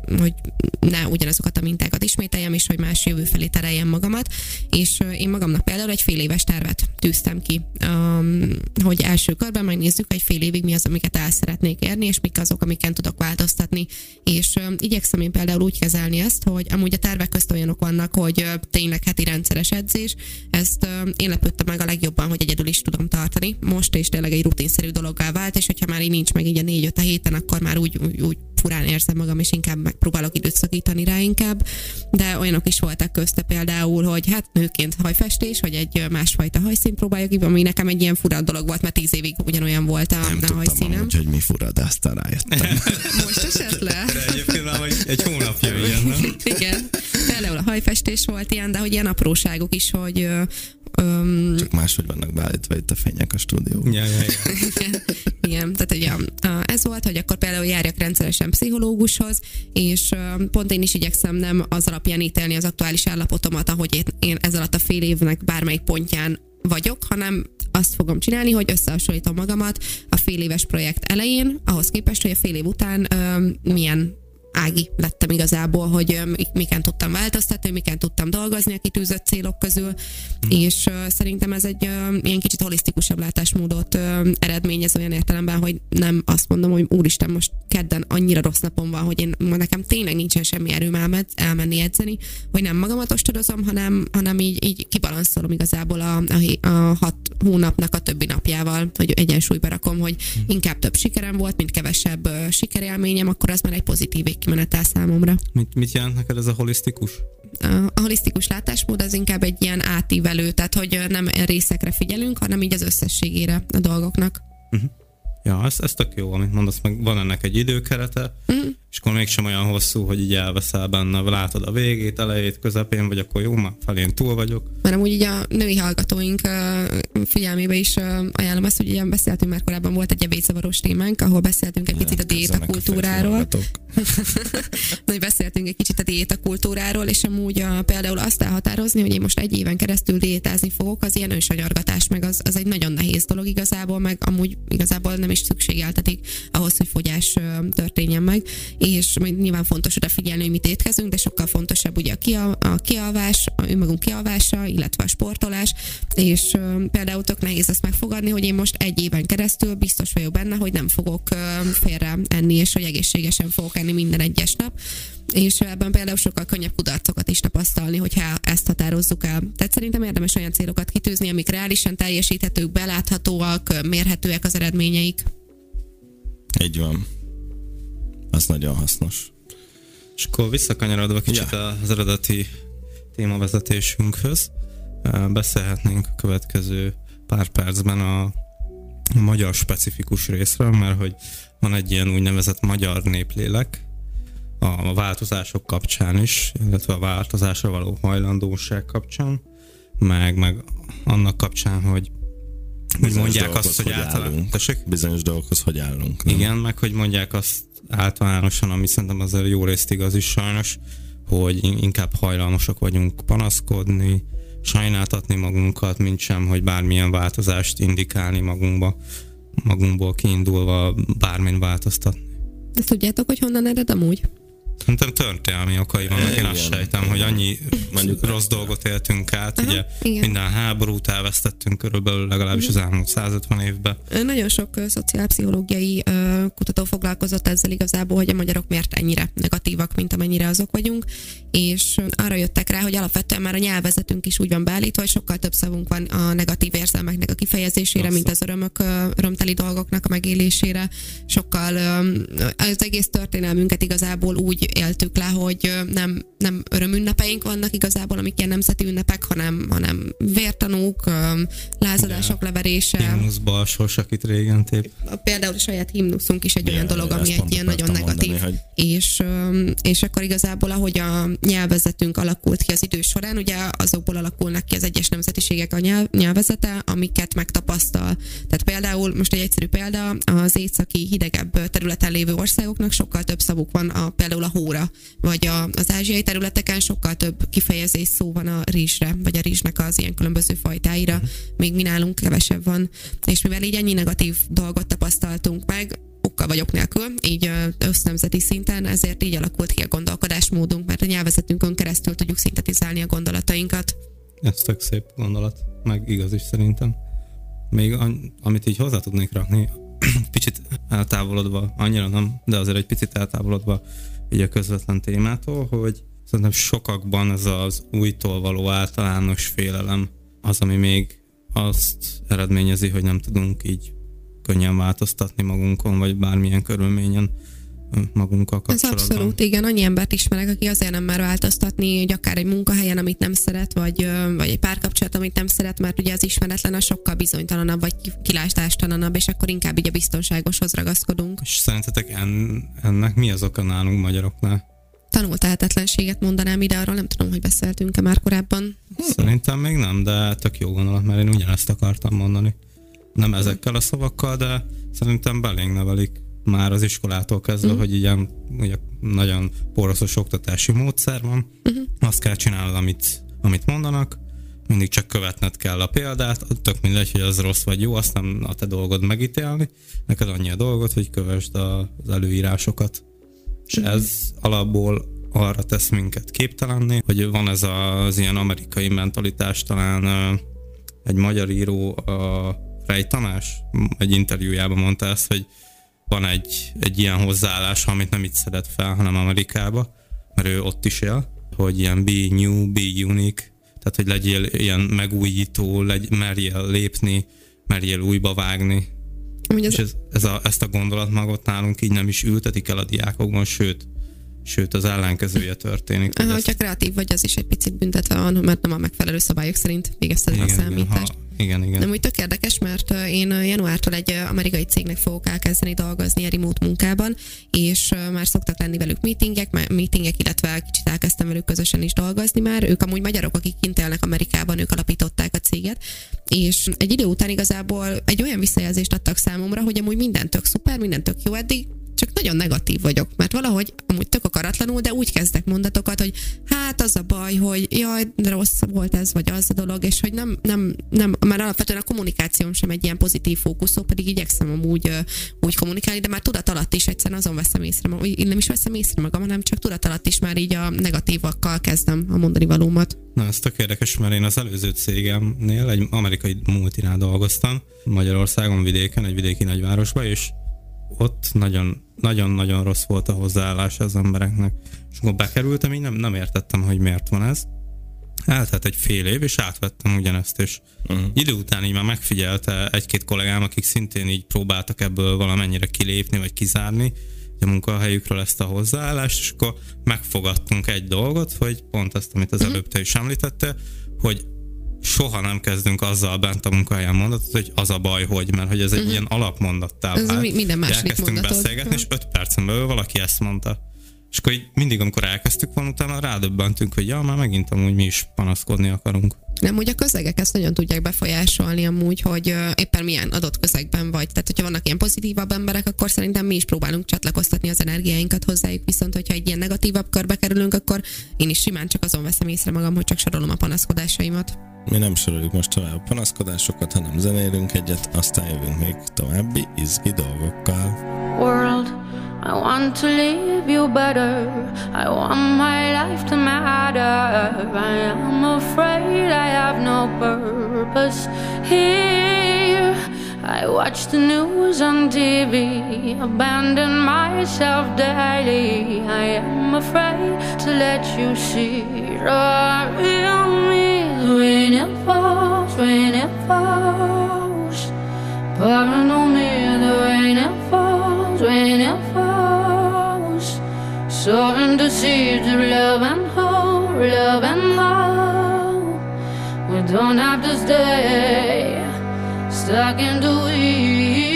ne ugyanazokat a mintákat ismételjem, és hogy más jövő felé tereljem magamat. És én magamnak például egy fél éves tervet tűztem ki, hogy első körben megnézzük egy fél évig mi az, amiket el szeretnék érni, és mik azok, amiken tudok változtatni. És igyekszem én például úgy kezelni ezt, hogy amúgy a tervek közt olyanok vannak, hogy tényleg heti rendszeres edzés. Ezt én lepődtem meg a legjobban, hogy egyedül is tudom tartani. Most és tényleg egy rutinszerű dologgá vált, és hogyha már így nincs meg így a 4-5 a héten, akkor már úgy furán érzem magam, és inkább megpróbálok időt szakítani rá inkább. De olyanok is voltak közte például, hogy hát nőként hajfestés, vagy egy másfajta hajszínt próbáljuk ki, ami nekem egy ilyen fura dolog volt, mert 10 évig ugyanolyan volt a hajszínem. Nem tudtam, hogy mi fura, de aztán rájöttem. Most esetleg? De egyébként már egy hónapja ilyen, nem? Igen. Például a hajfestés volt ilyen, de hogy ilyen apróságok is, hogy csak máshogy vannak beállítva itt a fények a stúdióban. Ja. Igen, tehát ugye ez volt, hogy akkor például járjak rendszeresen pszichológushoz, és pont én is igyekszem nem az alapján ítélni az aktuális állapotomat, ahogy én ez alatt a fél évnek bármelyik pontján vagyok, hanem azt fogom csinálni, hogy összehasonlítom magamat a fél éves projekt elején, ahhoz képest, hogy a fél év után milyen ági lettem igazából, hogy miken tudtam változtatni, miken tudtam dolgozni a kitűzött célok közül, és szerintem ez egy ilyen kicsit holisztikusabb látásmódot eredményez olyan értelemben, hogy nem azt mondom, hogy úristen, most kedden annyira rossz napom van, hogy nekem tényleg nincsen semmi erőm elmenni edzeni, hogy nem magamat ostodozom, hanem így kibalanszolom igazából a hónapnak a többi napjával, hogy egyensúlyba rakom, hogy inkább több sikerem volt, mint kevesebb sikerélményem, akkor az már egy pozitív végkimenetel számomra. Mit jelent neked ez a holisztikus? A holisztikus látásmód az inkább egy ilyen átívelő, tehát hogy nem részekre figyelünk, hanem így az összességére a dolgoknak. Ja, ez tök jó, amit mondasz, meg van ennek egy időkerete, és akkor mégsem olyan hosszú, hogy így elveszel benne, látod a végét, elejét, közepén, vagy akkor jó, már felén túl vagyok. Mert amúgy így a női hallgatóink figyelmébe is ajánlom azt, hogy ilyen beszéltünk már korábban, volt egy ebédzavaros témánk, ahol beszéltünk egy picit a diétakultúráról. Beszéltünk egy kicsit a diétakultúráról, és amúgy például azt elhatározni, hogy én most egy éven keresztül diétázni fogok, az ilyen önsanyargatás, meg az egy nagyon nehéz dolog igazából, meg amúgy igazából nem is szükségeltetik ahhoz, hogy fogyás történjen meg, és nyilván fontos odafigyelni, hogy mit étkezünk, de sokkal fontosabb ugye a kialvás, önmagunk kialvása, illetve a sportolás, és például tök nehéz ezt megfogadni, hogy én most egy éven keresztül biztos vagyok benne, hogy nem fogok félre enni, és hogy egészségesen fogok enni minden egyes nap, és ebben például sokkal könnyebb kudarcokat is tapasztalni, hogyha ezt határozzuk el. Tehát szerintem érdemes olyan célokat kitűzni, amik reálisan teljesíthetők, beláthatóak, mérhetőek az eredményeik. Így van. Az nagyon hasznos. És akkor visszakanyarodva kicsit az eredeti témavezetésünkhöz, beszélhetnénk a következő pár percben a magyar specifikus részről, mert hogy van egy ilyen úgynevezett magyar néplélek a változások kapcsán is, illetve a változásra való hajlandóság kapcsán, meg annak kapcsán, hogy mondják azt, hogy általán... Bizonyos dolgokhoz hogy állunk. Nem? Igen, meg hogy mondják azt általánosan, ami szerintem azért jó részt igaz is sajnos, hogy inkább hajlamosak vagyunk panaszkodni, sajnáltatni magunkat, mint sem, hogy bármilyen változást indikálni magunkból kiindulva bármin változtatni. Ezt tudjátok, hogy honnan ered amúgy? Szerintem történelmi okai vannak, én azt sejtem, hogy annyi mondjuk rossz dolgot éltünk át, ugye minden háborút elvesztettünk körülbelül legalábbis az elmúlt 150 évben. Nagyon sok szociálpszichológiai kutató foglalkozott ezzel igazából, hogy a magyarok miért ennyire negatívak, mint amennyire azok vagyunk, és arra jöttek rá, hogy alapvetően már a nyelvezetünk is úgy van beállítva, hogy sokkal több szavunk van a negatív érzelmeknek a kifejezésére, mint az örömteli dolgoknak a megélésére. Sokkal az egész történelmünket igazából úgy éltük le, hogy nem örömünnepeink vannak igazából, amik ilyen nemzeti ünnepek, hanem vértanúk, lázadások leverése. Himnuszba a sorsak itt régen tép. Például a saját himnuszunk is egy olyan dolog, ami egy ilyen nagyon negatív. Mondani, hogy... és akkor igazából, ahogy a nyelvezetünk alakult ki az idő során, ugye azokból alakulnak ki az egyes nemzetiségek a nyelvezete, amiket megtapasztal. Tehát például, most egy egyszerű példa, az északi hidegebb területen lévő országoknak sokkal több szavuk van például a hóra, vagy az ázsiai területeken sokkal több kifejezés szó van a rizsre, vagy a rizsnek az ilyen különböző fajtáira, még mi nálunk kevesebb van. És mivel így ennyi negatív dolgot tapasztaltunk meg, okkal vagyok nélkül, így össznemzeti szinten, ezért így alakult ki a gondolkodásmódunk, mert a nyelvezetünkön keresztül tudjuk szintetizálni a gondolatainkat. Ez tök szép gondolat, meg igaz is szerintem. Még amit így hozzá tudnék rakni, picit eltávolodva, annyira nem, de azért egy picit eltávolodva így a közvetlen témától, hogy szerintem sokakban ez az újtól való általános félelem az, ami még azt eredményezi, hogy nem tudunk így könnyen változtatni magunkon, vagy bármilyen körülményen magunkkal kapcsolatban. Ez abszolút, igen. Annyi embert ismerek, aki azért nem mer változtatni, hogy akár egy munkahelyen, amit nem szeret, vagy egy párkapcsolat, amit nem szeret, mert ugye az ismeretlen a sokkal bizonytalanabb, vagy kilátástalanabb, és akkor inkább így a biztonságoshoz ragaszkodunk. És szerintetek ennek mi az oka nálunk magyaroknál? Tanultehetetlenséget mondanám ide, arról nem tudom, hogy beszéltünk-e már korábban. Szerintem még nem, de tök jó gondolat, mert én ugyanezt akartam mondani. Nem ezekkel a szavakkal, de szerintem belénk nevelik már az iskolától kezdve, hogy ilyen ugye, nagyon poroszos oktatási módszer van. Azt kell csinálnod, amit mondanak, mindig csak követned kell a példát, tök mindegy, hogy az rossz vagy jó, azt nem a te dolgod megítélni, neked annyi a dolgod, hogy kövesd az előírásokat. És ez alapból arra tesz minket képtelenné, hogy van ez az ilyen amerikai mentalitás, talán egy magyar író, a Frey Tamás egy interjújában mondta ezt, hogy van egy ilyen hozzáállás, amit nem itt szedett fel, hanem Amerikába, mert ő ott is él, hogy ilyen be new, be unique, Tehát, hogy legyél ilyen megújító, merjél lépni, merjél újba vágni. És ezt a gondolatmagot nálunk így nem is ültetik el a diákokban, sőt az ellenkezője történik. Hogyha kreatív vagy, az is egy picit büntetve van, mert nem a megfelelő szabályok szerint végezted a számítást. Igen. Nem úgy tök érdekes, mert én januártól egy amerikai cégnek fogok elkezdeni dolgozni a remote munkában, és már szoktak lenni velük meetingek, illetve kicsit elkezdtem velük közösen is dolgozni már. Ők amúgy magyarok, akik kint élnek Amerikában, ők alapították a céget, és egy idő után igazából egy olyan visszajelzést adtak számomra, hogy amúgy minden tök szuper, minden tök jó eddig, csak nagyon negatív vagyok, mert valahogy amúgy tök akaratlanul, de úgy kezdek mondatokat, hogy hát az a baj, hogy jaj, de rossz volt ez, vagy az a dolog, és hogy nem már alapvetően a kommunikációm sem egy ilyen pozitív fókuszú, pedig igyekszem amúgy úgy kommunikálni, de már tudat alatt is egyszerűen azon veszem észre, én nem is veszem észre magam, hanem csak tudat alatt is már így a negatívakkal kezdem a mondani valómat. Na, ez tök érdekes, mert én az előző cégemnél egy amerikai multinál dolgoztam, Magyarországon vidéken, egy vidéki nagyvárosban, és ott nagyon rossz volt a hozzáállás az embereknek. És akkor bekerültem, így nem értettem, hogy miért van ez. Eltelt egy fél év, és átvettem ugyanezt, és idő után így már megfigyelte egy-két kollégám, akik szintén így próbáltak ebből valamennyire kilépni, vagy kizárni a munkahelyükről ezt a hozzáállást, és akkor megfogadtunk egy dolgot, hogy pont ezt, amit az előbb te is említette, hogy soha nem kezdünk azzal bent a munkahelyen mondatot, hogy az a baj, hogy, mert hogy ez egy ilyen alapmondattá vált. Minden második elkezdtünk mondatod. beszélgetni, és 5 percen belül valaki ezt mondta. És akkor így mindig, amikor elkezdtük volna, utána rádöbbentünk, hogy már megint amúgy mi is panaszkodni akarunk. Nem, hogy a közegek ezt nagyon tudják befolyásolni amúgy, hogy éppen milyen adott közegben vagy. Tehát, hogyha vannak ilyen pozitívabb emberek, akkor szerintem mi is próbálunk csatlakoztatni az energiáinkat hozzájuk, viszont hogyha egy ilyen negatívabb körbe kerülünk, akkor én is simán csak azon veszem észre magam, hogy csak sorolom a panaszkodásaimat. Mi nem soroljuk most tovább a panaszkodásokat, hanem zenélünk egyet, aztán jövünk még további izgi dolgokkal. World, I want to leave you better. I want my life to matter. I am afraid I have no purpose here. I watch the news on TV, abandon myself daily. I am afraid to let you see the real me. When it falls, pouring on me, the rain it falls, when it falls. Soaring to seeds of love and hope, love and hope. We don't have to stay stuck in the weeds.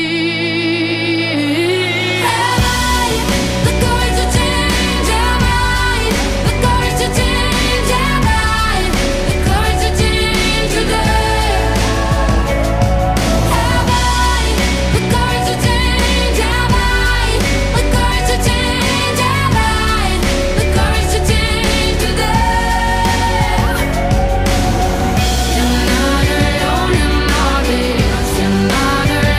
You're not alone in all this. You're not alone.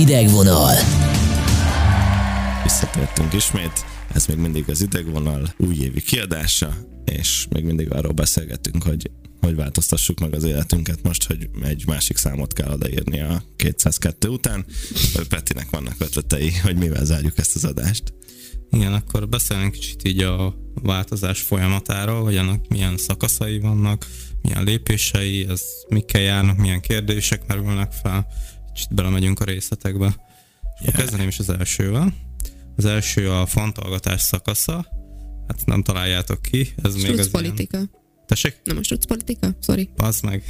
idegvonal. Visszatértünk ismét, ez még mindig az idegvonal újévi kiadása, és még mindig arról beszélgetünk, hogy változtassuk meg az életünket most, hogy egy másik számot kell odaírni a 202 után. Petinek vannak ötletei, hogy mivel zárjuk ezt az adást. Igen, akkor beszélünk kicsit így a változás folyamatáról, hogy annak milyen szakaszai vannak, milyen lépései, ez mikkel járnak, milyen kérdések merülnek fel. Kicsit belemegyünk a részletekbe. Yeah. Kezdeném is az elsővel. Az első a fontolgatás szakasza. Hát nem találjátok ki. Ez még az politika. Ilyen... Tessék? Nem a strucpolitika? Sorry. Pazd meg.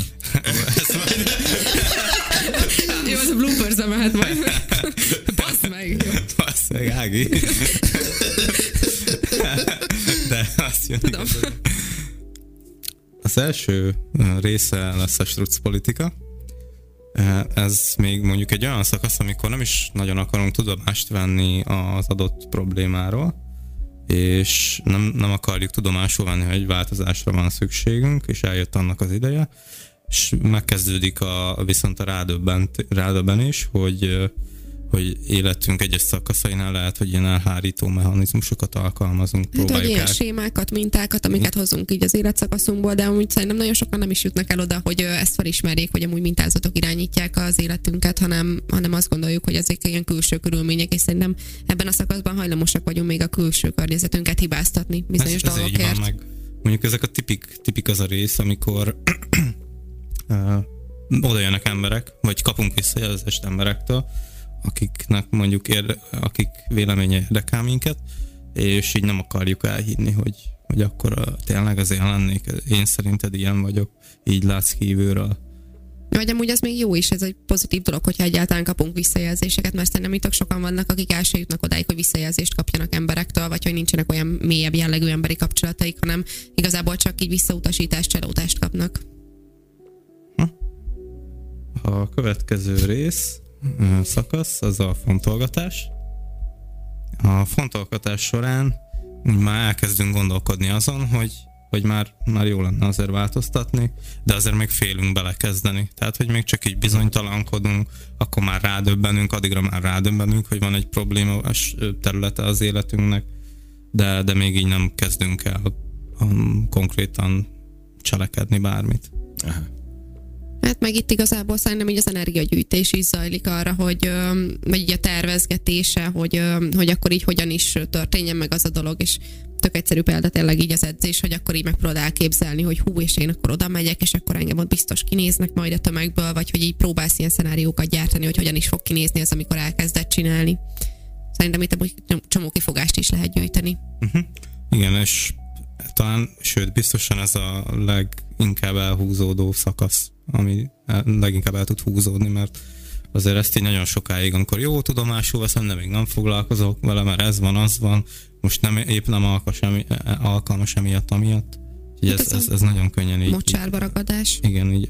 Jó, az a bloopers-e mehet majd. Pazd meg. Pazd meg, Ági. De azt jön. Tudom. Az első része lesz a strucpolitika. Ez még mondjuk egy olyan szakasz, amikor nem is nagyon akarunk tudomást venni az adott problémáról, és nem akarjuk tudomásul venni, hogy egy változásra van szükségünk, és eljött annak az ideje, és megkezdődik viszont a rádöbbenés, hogy életünk egyes szakaszainál lehet, hogy ilyen elhárító mechanizmusokat alkalmazunk, próbáljuk ilyen sémákat, mintákat, amiket hozunk így az életszakaszunkból, de amúgy szerintem nagyon sokan nem is jutnak el oda, hogy ezt felismerjék, hogy amúgy mintázatok irányítják az életünket, hanem azt gondoljuk, hogy ezek ilyen külső körülmények, és szerintem ebben a szakaszban hajlamosak vagyunk még a külső környezetünket hibáztatni bizonyos dolgokért. Meg. Mondjuk ezek a tipik az a rész, amikor oda jönnek emberek, vagy kapunk visszajelzést emberektől, akiknek mondjuk akik véleménye érdekel minket, és így nem akarjuk elhinni, hogy akkor tényleg azért lennék, én szerinted ilyen vagyok, így látsz kívülről. Vagy amúgy az még jó is, ez egy pozitív dolog, hogyha egyáltalán kapunk visszajelzéseket, mert szerintem itt sokan vannak, akik el se jutnak odáig, hogy visszajelzést kapjanak emberektől, vagy hogy nincsenek olyan mélyebb jellegű emberi kapcsolataik, hanem igazából csak így visszautasítást, csalódást kapnak. A következő rész szakasz, az a fontolgatás. A fontolgatás során már elkezdünk gondolkodni azon, hogy már jó lenne azért változtatni, de azért még félünk belekezdeni. Tehát, hogy még csak így bizonytalankodunk, akkor már rádöbbenünk, addigra már rádöbbenünk, hogy van egy problémás területe az életünknek, de még így nem kezdünk el konkrétan cselekedni bármit. Aha. Hát meg itt igazából szerintem így az energiagyűjtés is zajlik arra, hogy így a tervezgetése, hogy akkor így hogyan is történjen meg az a dolog, és tök egyszerű példa tényleg így az edzés, hogy akkor így megpróbálod elképzelni, hogy és én akkor oda megyek, és akkor engem ott biztos kinéznek majd a tömegből, vagy hogy így próbálsz ilyen szenáriókat gyártani, hogy hogyan is fog kinézni az, amikor elkezded csinálni. Szerintem itt csomó kifogást is lehet gyűjteni. Igen, és talán, sőt, biztosan ez a leginkább elhúzódó szakasz, ami leginkább el tud húzódni, mert azért ezt így nagyon sokáig, amikor jó tudomásul veszem, de még nem foglalkozok vele, mert ez van, az van, most épp nem alkalmas emiatt, amiatt. Úgyhogy ez nagyon könnyen így... Mocsárba ragadás. Igen, így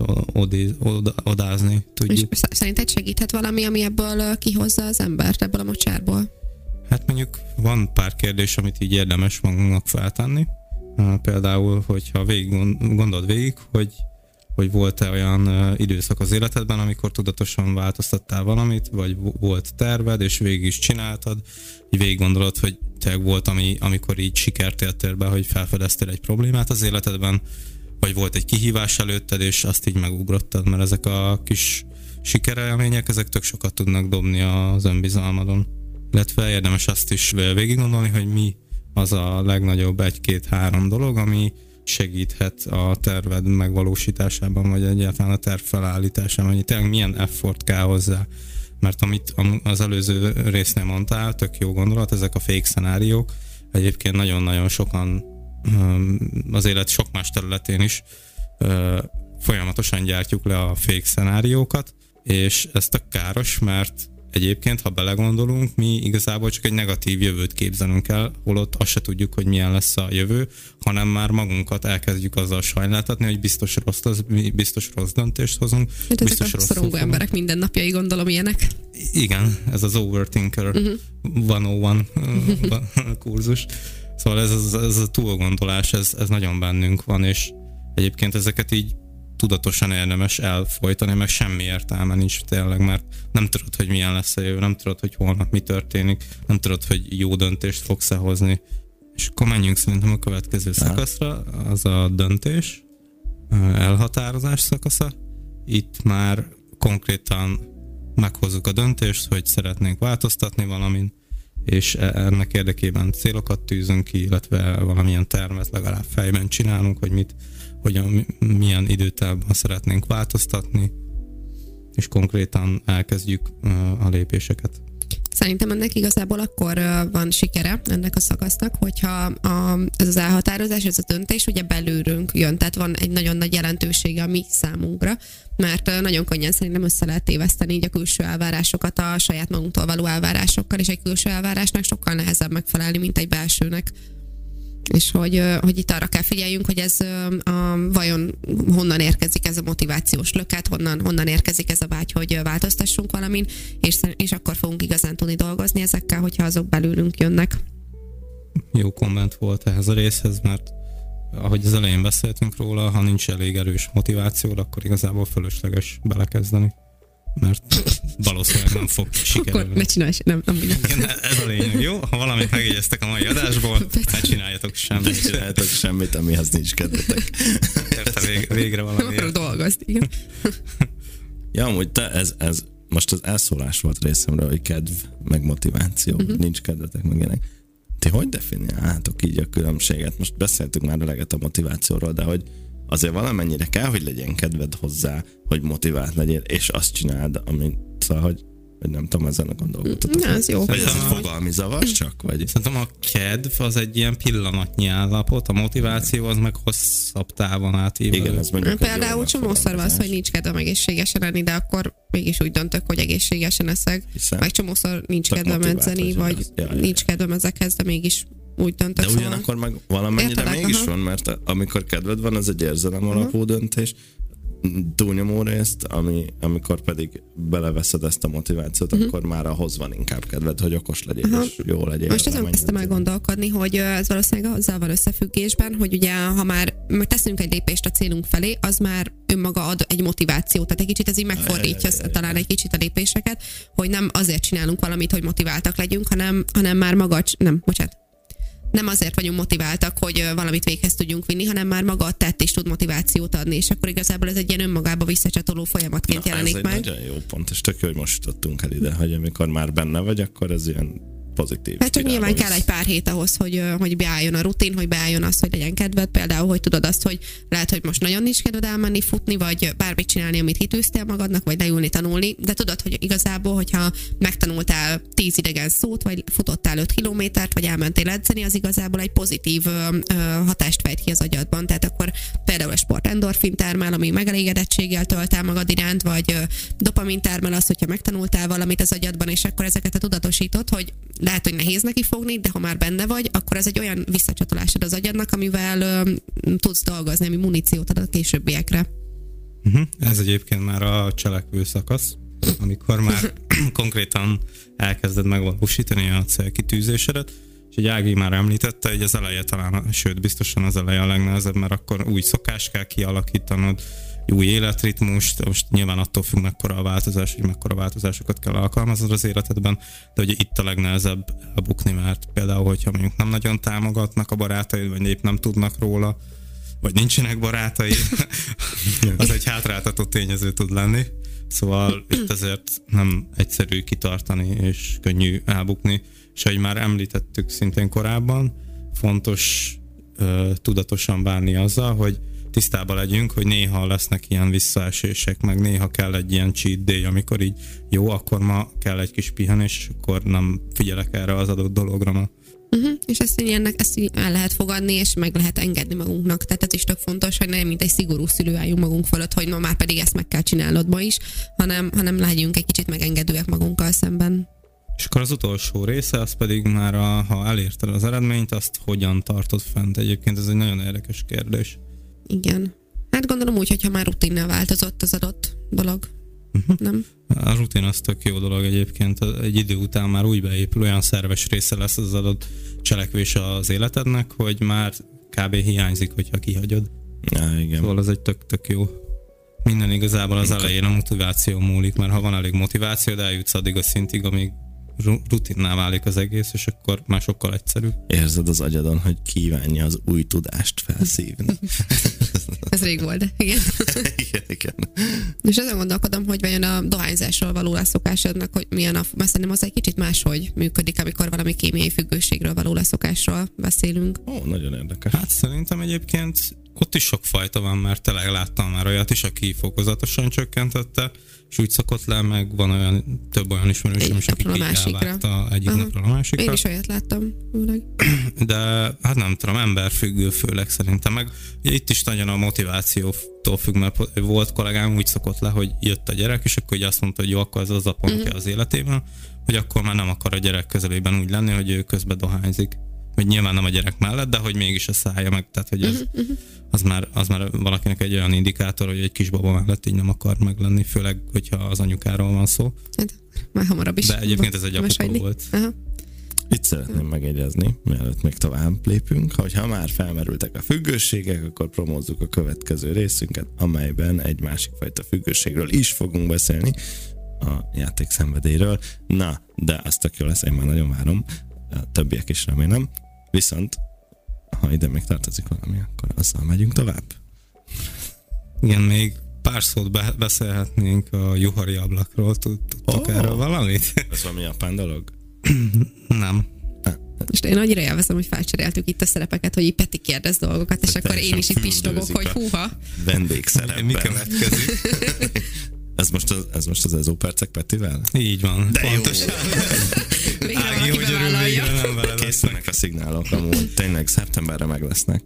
odázni tudjuk. És szerinted segíthet valami, ami ebből kihozza az embert, ebből a mocsárból? Hát mondjuk van pár kérdés, amit így érdemes magunknak feltenni. Például, hogyha gondold végig, hogy volt-e olyan időszak az életedben, amikor tudatosan változtattál valamit, vagy volt terved, és végig is csináltad, így végig gondolod, hogy tényleg volt, amikor így sikert éltél be, hogy felfedeztél egy problémát az életedben, vagy volt egy kihívás előtted, és azt így megugrottad, mert ezek a kis sikerélmények, ezek tök sokat tudnak dobni az önbizalmadon. Illetve érdemes azt is végig gondolni, hogy mi az a legnagyobb 1-2-3 dolog, ami segíthet a terved megvalósításában, vagy egyáltalán a terv felállításában, hogy tényleg milyen effort kell hozzá. Mert amit az előző résznél mondtál, tök jó gondolat, ezek a fake szenáriók. Egyébként nagyon-nagyon sokan az élet sok más területén is folyamatosan gyártjuk le a fake szenáriókat, és ez tök káros, mert egyébként, ha belegondolunk, mi igazából csak egy negatív jövőt képzelünk el, holott azt se tudjuk, hogy milyen lesz a jövő, hanem már magunkat elkezdjük azzal sajnáltatni, hogy biztos rossz döntést hozunk. Hát ezek a szorongó emberek mindennapjai, gondolom, ilyenek. Igen, ez az Overthinker 101 kurzus. Szóval ez a túlgondolás, ez nagyon bennünk van, és egyébként ezeket így tudatosan érdemes elfolytani, meg semmi értelme nincs tényleg, mert nem tudod, hogy milyen lesz a jövő, nem tudod, hogy holnap mi történik, nem tudod, hogy jó döntést fogsz-e hozni. És akkor menjünk szerintem a következő szakaszra, az a döntés, elhatározás szakasza. Itt már konkrétan meghozzuk a döntést, hogy szeretnénk változtatni valamin, és ennek érdekében célokat tűzünk ki, illetve valamilyen tervet legalább fejben csinálunk, hogy milyen időtávban szeretnénk változtatni, és konkrétan elkezdjük a lépéseket. Szerintem ennek igazából akkor van sikere ennek a szakasznak, hogyha ez az elhatározás, ez a döntés ugye belülünk jön, tehát van egy nagyon nagy jelentősége a mi számunkra, mert nagyon könnyen szerintem össze lehet téveszteni így a külső elvárásokat a saját magunktól való elvárásokkal, és egy külső elvárásnak sokkal nehezebb megfelelni, mint egy belsőnek. És hogy itt arra kell figyeljünk, hogy ez vajon honnan érkezik ez a motivációs löket, honnan érkezik ez a vágy, hogy változtassunk valamin, és akkor fogunk igazán tudni dolgozni ezekkel, hogyha azok belülünk jönnek. Jó komment volt ehhez a részhez, mert ahogy az elején beszéltünk róla, ha nincs elég erős motiváció, akkor igazából fölösleges belekezdeni. Mert valószínűleg nem fog sikerülni. Akkor ne csinálj, nem igen, ez a lényeg, jó? Ha valamit megjegyeztek a mai adásból, ne csináljatok semmit. Ne csináljatok semmit, amihez nincs kedvetek. Érte végre valami. Akarok dolgozni, igen. Ja, amúgy ez most az elszólás volt részemről, hogy kedv, meg motiváció, nincs kedvetek, meg ilyenek. Ti hogy definiáljátok így a különbséget? Most beszéltünk már eleget a motivációról, de hogy azért valamennyire kell, hogy legyen kedved hozzá, hogy motivált legyél, és azt csináld, amit, szóval, hogy nem tudom, ezen a gondolkodtatok. Ez jó. Vagy ez egy fogalmi zavar csak? Vagy? Szerintem a kedv az egy ilyen pillanatnyi állapot, a motiváció az meg hosszabb távon átívelő. Igen, ez mondjuk például csomószor van az, hogy nincs kedvem egészségesen enni, de akkor mégis úgy döntök, hogy egészségesen eszek. Meg csomószor nincs kedvem edzeni, vagy nincs kedvem ezekhez, de mégis úgy döntök. De ugyanakkor meg valamennyire mégis van, mert amikor kedved van, az egy érzelem alapú döntés, túlnyomó részt, amikor pedig beleveszed ezt a motivációt, akkor már ahhoz van inkább kedved, hogy okos legyél, és jó legyél. Most azon kezdtem el gondolkodni, hogy ez valószínűleg azzal van összefüggésben, hogy ugye, ha már teszünk egy lépést a célunk felé, az már önmaga ad egy motivációt, tehát egy kicsit ez így megfordítja talán egy kicsit a lépéseket, hogy nem azért csinálunk valamit, hogy motiváltak legyünk, hanem már maga, nem azért vagyunk motiváltak, hogy valamit véghez tudjunk vinni, hanem már maga a tett is tud motivációt adni, és akkor igazából ez egy ilyen önmagába visszacsatoló folyamatként jelenik meg. Ez egy nagyon jó pont, és tök jó, hogy most jutottunk el ide, hogy amikor már benne vagy, akkor ez ilyen pozitív. Hát csak nyilván kell egy pár hét ahhoz, hogy beálljon a rutin, hogy beálljon az, hogy legyen kedved, például, hogy tudod azt, hogy lehet, hogy most nagyon nincs kedved elmenni futni, vagy bármit csinálni, amit kitűztél magadnak, vagy leülni, tanulni, de tudod, hogy igazából, hogyha megtanultál 10 idegen szót, vagy futottál 5 kilométert, vagy elmentél edzeni, az igazából egy pozitív hatást fejt ki az agyadban. Tehát akkor például a sport endorfin termel, ami megelégedettséggel tölt el magad iránt, vagy dopamin termel az, hogyha megtanultál valamit az agyadban, és akkor ezeket a tudatosítod, hogy lehet, hogy nehéz neki fogni, de ha már benne vagy, akkor ez egy olyan visszacsatolásod az agyadnak, amivel tudsz dolgozni, ami muníciót ad a későbbiekre. Ez egyébként már a cselekvő szakasz, amikor már konkrétan elkezded megvalósítani a célkitűzésedet, és egy Ági már említette, hogy az eleje talán, sőt biztosan az eleje a legnehezebb, mert akkor új szokást kell kialakítanod, új életritmust, most nyilván attól függ, mekkora a változás, hogy mekkora változásokat kell alkalmaznod az életedben, de ugye itt a legnehezebb elbukni, mert például, hogyha mondjuk nem nagyon támogatnak a barátaid, vagy épp nem tudnak róla, vagy nincsenek barátaid, az egy hátráltató tényező tud lenni. Szóval itt azért nem egyszerű kitartani, és könnyű elbukni, és ahogy már említettük szintén korábban, fontos tudatosan bánni azzal, hogy tisztában legyünk, hogy néha lesznek ilyen visszaesések, meg néha kell egy ilyen cheat day, amikor így jó, akkor ma kell egy kis pihenés, és akkor nem figyelek erre az adott dologra ma. És ezt el lehet fogadni, és meg lehet engedni magunknak. Tehát ez is tök fontos, hogy nem mint egy szigorú szülő álljunk magunk fölött, hogy ma már pedig ezt meg kell csinálnod ma is, hanem legyünk egy kicsit megengedőek magunkkal szemben. És akkor az utolsó része, az pedig már, ha elérted az eredményt, azt hogyan tartod fent? Egyébként ez egy nagyon érdekes kérdés. Igen. Hát gondolom úgy, hogyha már rutinnál változott az adott dolog. Nem? A rutin az tök jó dolog egyébként. Egy idő után már úgy beépül, olyan szerves része lesz az adott cselekvés az életednek, hogy már kb. Hiányzik, hogyha kihagyod. Ja, igen. Szóval ez egy tök jó. Minden igazából az elején a motiváció múlik, mert ha van elég motiváció, de eljutsz addig a szintig, amíg rutinná válik az egész, és akkor már sokkal egyszerűbb. Érzed az agyadon, hogy kívánja az új tudást felszívni. Ez rég volt, igen. igen. És azon gondolkodom, hogy vajon a dohányzásról való leszokásodnak, hogy milyen mert szerintem az egy kicsit máshogy működik, amikor valami kémiai függőségről való leszokásról beszélünk. Ó, nagyon érdekes. Hát szerintem egyébként ott is sok fajta van, mert tényleg láttam már olyat is, aki fokozatosan csökkentette, és úgy szokott le, meg van olyan, több olyan ismerősöm is, aki elvágta egyik napról a másikra. Én is olyat láttam. De hát nem tudom, emberfüggő főleg szerintem, meg itt is nagyon a motivációtól függ, mert volt kollégám úgy szokott le, hogy jött a gyerek, és akkor azt mondta, hogy jó, akkor ez az a pontja az életében, hogy akkor már nem akar a gyerek közelében úgy lenni, hogy ő közben dohányzik. Hogy nyilván nem a gyerek mellett, de hogy mégis a szája meg, tehát hogy ez, az már valakinek egy olyan indikátor, hogy egy kisbaba mellett így nem akar meglenni, főleg, hogyha az anyukáról van szó. Hát, már hamarabb is. De egyébként ez egy apuka volt. Aha. Itt szeretném megjegyezni, mielőtt még tovább lépünk, hogy ha már felmerültek a függőségek, akkor promózzuk a következő részünket, amelyben egy másik fajta függőségről is fogunk beszélni, a játékszenvedélyről. Na, de az tök jó lesz, én már nagyon várom, a többiek is remélem. Viszont, ha ide még tartozik valami, akkor azzal megyünk tovább. Igen, még pár szót beszélhetnénk a juhari ablakról. Tudtok erről valamit? Ez valami japán dolog? Nem. És én annyira élvezem, hogy felcseréltük itt a szerepeket, hogy így Peti kérdez dolgokat, és akkor én is itt pistogok, hogy húha. Vendégszerepben. Mi következik? Ez most az Ezópercek Petivel? Így van. De pontosan. Ági, hogy örül végre nem veled. Készülnek a szignálok, amúgy tényleg szeptemberre meg lesznek.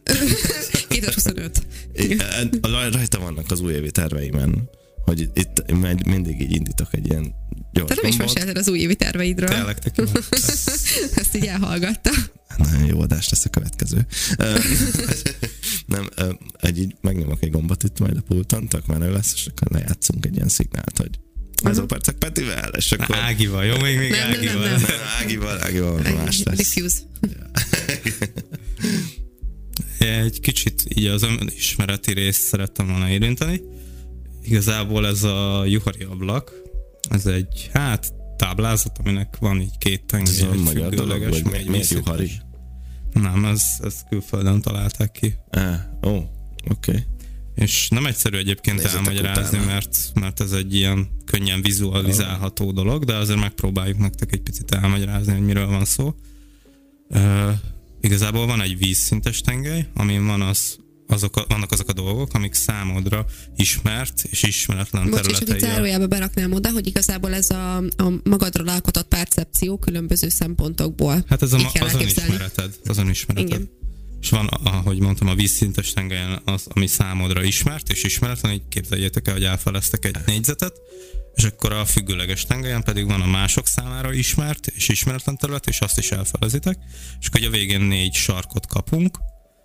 2025. Rajta vannak az újévi terveimen, hogy itt mindig így indítok egy ilyen gyors te nem is mesélted az újévi terveidről. Tényleg, ezt így elhallgatta. Nagyon jó adás lesz a következő. Nem, így megnyomok egy gombot itt majd a pulton, tök menő lesz, és akkor lejátszunk egy ilyen szignált, hogy Ezópercek Petivel, és akkor... Ágival, jó? Még Ágival. Ágival más lesz. Diffuse. Egy kicsit így az önismereti részt szerettem volna érinteni. Igazából ez a juhari ablak, ez egy, táblázat, aminek van így két tengely, egy függőleges, meg egy miért juhari? Nem, ez külföldön találták ki. Oké. És nem egyszerű egyébként elmagyarázni, mert ez egy ilyen könnyen vizualizálható dolog, de azért megpróbáljuk nektek egy picit elmagyarázni, hogy miről van szó. Igazából van egy vízszintes tengely, amin vannak azok a dolgok, amik számodra ismert és ismeretlen területei. Bocs, és hogy zárójába beraknám oda, hogy igazából ez a magadról alkotott percepció különböző szempontokból. Hát ez az önismereted. Igen. És van, ahogy mondtam, a vízszintes tengelyen az, ami számodra ismert és ismeretlen, így képzeljétek el, hogy elfeleztek egy négyzetet, és akkor a függőleges tengelyen pedig van a mások számára ismert és ismeretlen terület, és azt is elfelezitek, és akkor a végén 4 sarkot kapunk,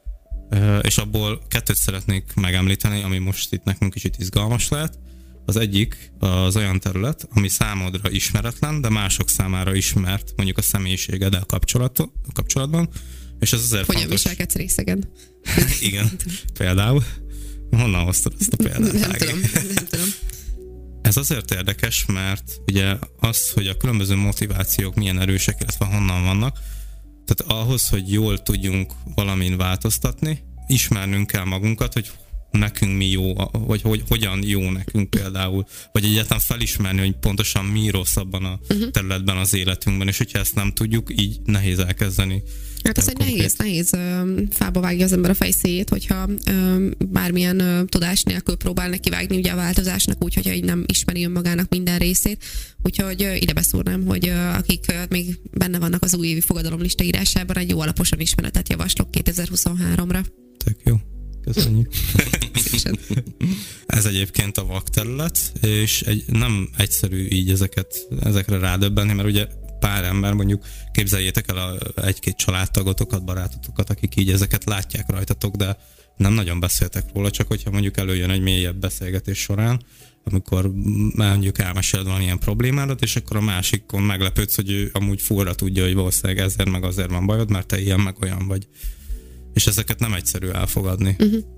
és abból 2 szeretnék megemlíteni, ami most itt nekünk kicsit izgalmas lehet. Az egyik az olyan terület, ami számodra ismeretlen, de mások számára ismert, mondjuk a személyiségeddel kapcsolatban, és ez azért hogyan viselkedsz részegen? Igen, például. Honnan hoztad ezt a példát? Nem tudom. Ez azért érdekes, mert ugye az, hogy a különböző motivációk milyen erősek, illetve honnan vannak, tehát ahhoz, hogy jól tudjunk valamin változtatni, ismernünk kell magunkat, hogy nekünk mi jó, vagy hogyan jó nekünk például, vagy egyáltalán felismerni, hogy pontosan mi rossz abban a területben az életünkben, és hogyha ezt nem tudjuk, így nehéz elkezdeni. Hát ez egy nehéz fába vágja az ember a fejszéjét, hogyha bármilyen tudás nélkül próbál neki vágni ugye a változásnak, úgy, hogyha így nem ismeri önmagának minden részét. Úgyhogy ide beszúrnám, hogy akik még benne vannak az újévi fogadalomlista írásában, egy jó alaposan ismeretet javaslok 2023-ra. Tök jó. Köszönjük. Ez egyébként a vakterület, és nem egyszerű így ezekre rádöbbenni, mert ugye pár ember, mondjuk képzeljétek el egy-két családtagotokat, barátotokat, akik így ezeket látják rajtatok, de nem nagyon beszéltek róla, csak hogyha mondjuk előjön egy mélyebb beszélgetés során, amikor mondjuk elmeséled valamilyen problémádat, és akkor a másikon meglepődsz, hogy ő amúgy furra tudja, hogy valószínűleg ezért meg azért van bajod, mert te ilyen meg olyan vagy. És ezeket nem egyszerű elfogadni.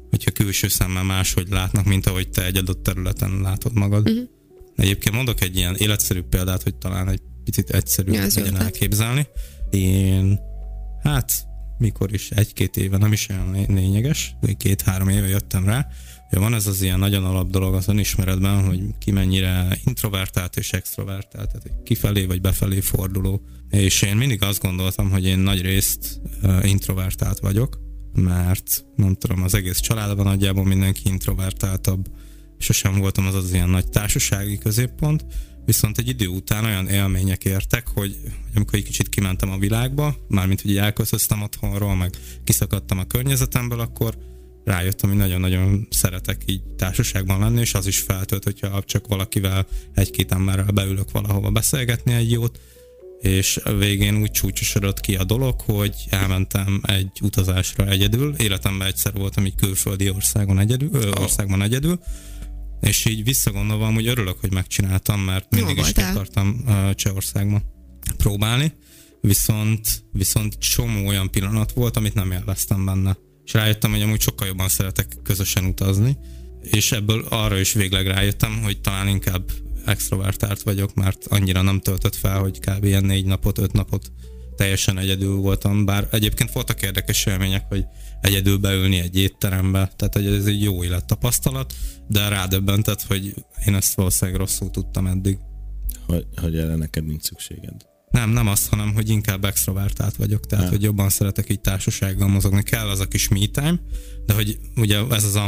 hogyha külső szemmel máshogy látnak, mint ahogy te egy adott területen látod magad. Egyébként mondok egy ilyen életszerű példát, hogy talán egy picit egyszerűbb legyen elképzelni. Én, mikor is 1-2 éve, nem is olyan lényeges, 2-3 éve jöttem rá, hogy van ez az ilyen nagyon alap dolog az önismeretben, hogy ki mennyire introvertált és extrovertált, tehát kifelé vagy befelé forduló. És én mindig azt gondoltam, hogy én nagy részt introvertált vagyok, mert nem tudom, az egész családban nagyjából mindenki introvertáltabb, sosem voltam az ilyen nagy társasági középpont, viszont egy idő után olyan élmények értek, hogy amikor egy kicsit kimentem a világba, mármint hogy elköltöztem otthonról, meg kiszakadtam a környezetemből, akkor rájöttem, hogy nagyon-nagyon szeretek így társaságban lenni, és az is feltölt, hogyha csak valakivel, 1-2 emberrel beülök valahova beszélgetni egy jót, és végén úgy csúcsosodott ki a dolog, hogy elmentem egy utazásra egyedül. Életemben egyszer voltam így külföldi országban egyedül, és így visszagondolva amúgy örülök, hogy megcsináltam, mert mindig is akartam Csehországban próbálni, viszont csomó olyan pillanat volt, amit nem élveztem benne. És rájöttem, hogy amúgy sokkal jobban szeretek közösen utazni, és ebből arra is végleg rájöttem, hogy talán inkább extrovertált vagyok, mert annyira nem töltött fel, hogy kb. Ilyen 4 napot, 5 napot teljesen egyedül voltam, bár egyébként voltak érdekes élmények, hogy egyedül beülni egy étterembe, tehát hogy ez egy jó élettapasztalat, de rádöbbentett, hogy én ezt valószínűleg rosszul tudtam eddig. Hogy erre neked nincs szükséged? Nem azt, hanem hogy inkább extrovertált vagyok, tehát hogy jobban szeretek így társasággal mozogni. Kell az a kis me time, de hogy ugye ez az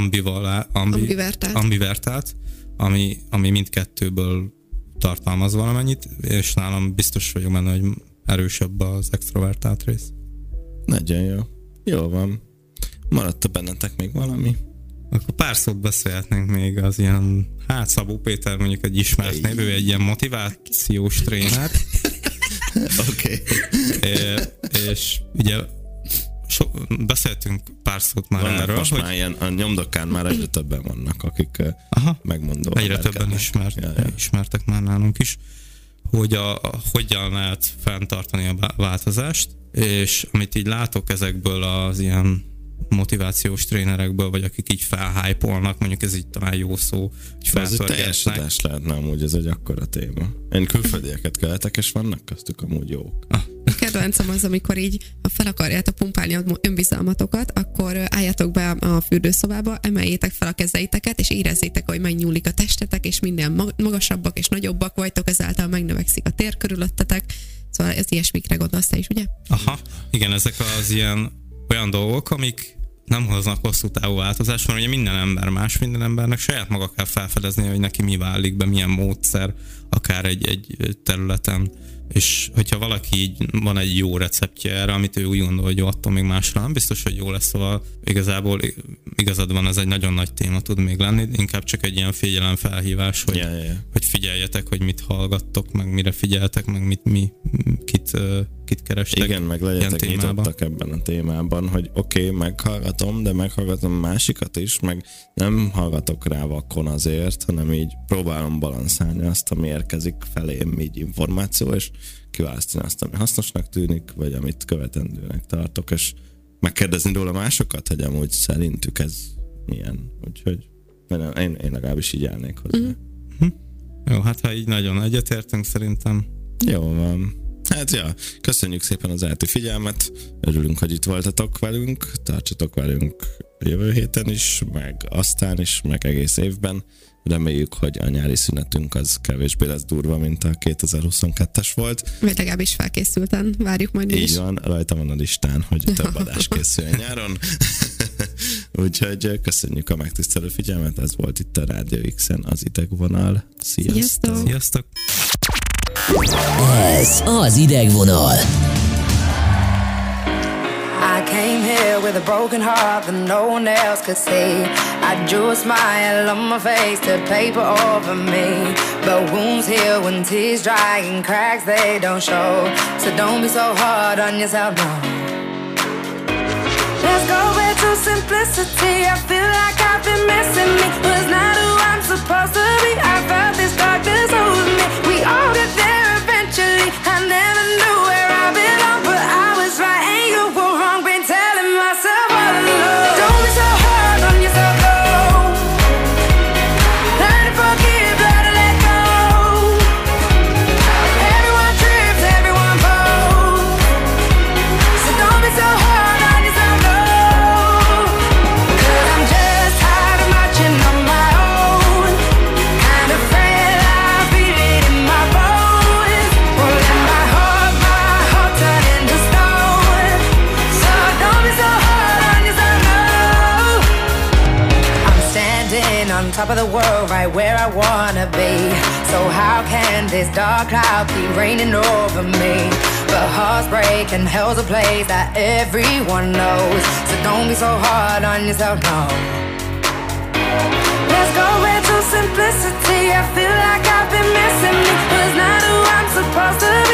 ambivertált, ami mindkettőből tartalmaz valamennyit, és nálam biztos vagyok benne, hogy erősebb az extrovertált rész. Nagyon jó. Jó van. Maradt-e bennetek még valami? Akkor pár szót beszélhetnénk még az ilyen, Szabó Péter mondjuk egy ismert név, ő egy ilyen motivációs tréner. Oké. És ugye beszéltünk pár szót már erről. Most már ilyen, a nyomdokán már egyre többen vannak, akik megmondó. Egyre többen ismertek már nálunk is, hogy hogyan lehet fenntartani a változást, és amit így látok ezekből az ilyen motivációs trénerekből, vagy akik így felhypolnak, mondjuk ez így talán jó szó, hogy felpörgetnek. Ez egy teljes adás lehetne amúgy, ez egy akkora téma. Én külföldieket követek, és vannak köztük amúgy jók. Kedvencem az, amikor így, ha fel akarjátok pumpálni az önbizalmatokat, akkor álljatok be a fürdőszobába, emeljétek fel a kezeiteket, és érezzétek, hogy megnyúlik a testetek, és minden magasabbak és nagyobbak vagytok, ezáltal megnövekszik a tér körülöttetek. Szóval ez ilyesmikre gondolsz te is, ugye? Aha, igen, ezek az ilyen olyan dolgok, amik nem hoznak hosszú távú változást, mert ugye minden ember más, minden embernek saját maga kell felfedezni, hogy neki mi válik be, milyen módszer, akár egy területen, és hogyha valaki így van egy jó receptje erre, amit ő úgy gondol, hogy jó, attól még másra nem biztos, hogy jó lesz, szóval igazából igazad van, ez egy nagyon nagy téma tud még lenni, inkább csak egy ilyen figyelemfelhívás, hogy figyeljetek, hogy mit hallgattok, meg mire figyeltek, meg kit kerestek. Igen, meg legyetek nyitottak ebben a témában, hogy oké, meghallgatom, de meghallgatom másikat is, meg nem hallgatok rá vakon azért, hanem így próbálom balanszálni azt, ami érkezik felém így információ, és kiválasztani azt, ami hasznosnak tűnik, vagy amit követendőnek tartok, és megkérdezni róla másokat, hogy amúgy szerintük ez milyen. Úgyhogy én legalábbis így állnék hozzá. Jó, hát ha így nagyon egyetértünk, szerintem. Jó van. Hát ja, köszönjük szépen az elti figyelmet, örülünk, hogy itt voltatok velünk, tartsatok velünk jövő héten is, meg aztán is, meg egész évben. Reméljük, hogy a nyári szünetünk az kevésbé lesz durva, mint a 2022-es volt. Vagy legalábbis felkészülten várjuk majd is. Így van, rajta van a listán, hogy több adás készüljön nyáron. Úgyhogy köszönjük a megtisztelő figyelmet, ez volt itt a Rádió X-en az Idegvonal. Sziasztok! Sziasztok! Ez az Idegvonal. I came here with a broken heart that no one else could see. I drew a smile on my face to paper over me. But wounds heal when tears dry and cracks they don't show. So don't be so hard on yourself, no. Let's go back to simplicity. I feel like I've been missing me. Was not who I'm supposed to be. I felt this darkness over me. We all get there eventually. I never knew where I belong, but I was right and you were wrong. Been telling myself all along. Don't be so hard on yourself. top of the world, right where I wanna be. So how can this dark cloud keep raining over me? But hearts break and hell's a place that everyone knows. So don't be so hard on yourself, no. Let's go into simplicity. I feel like I've been missing me. But it's not who I'm supposed to be.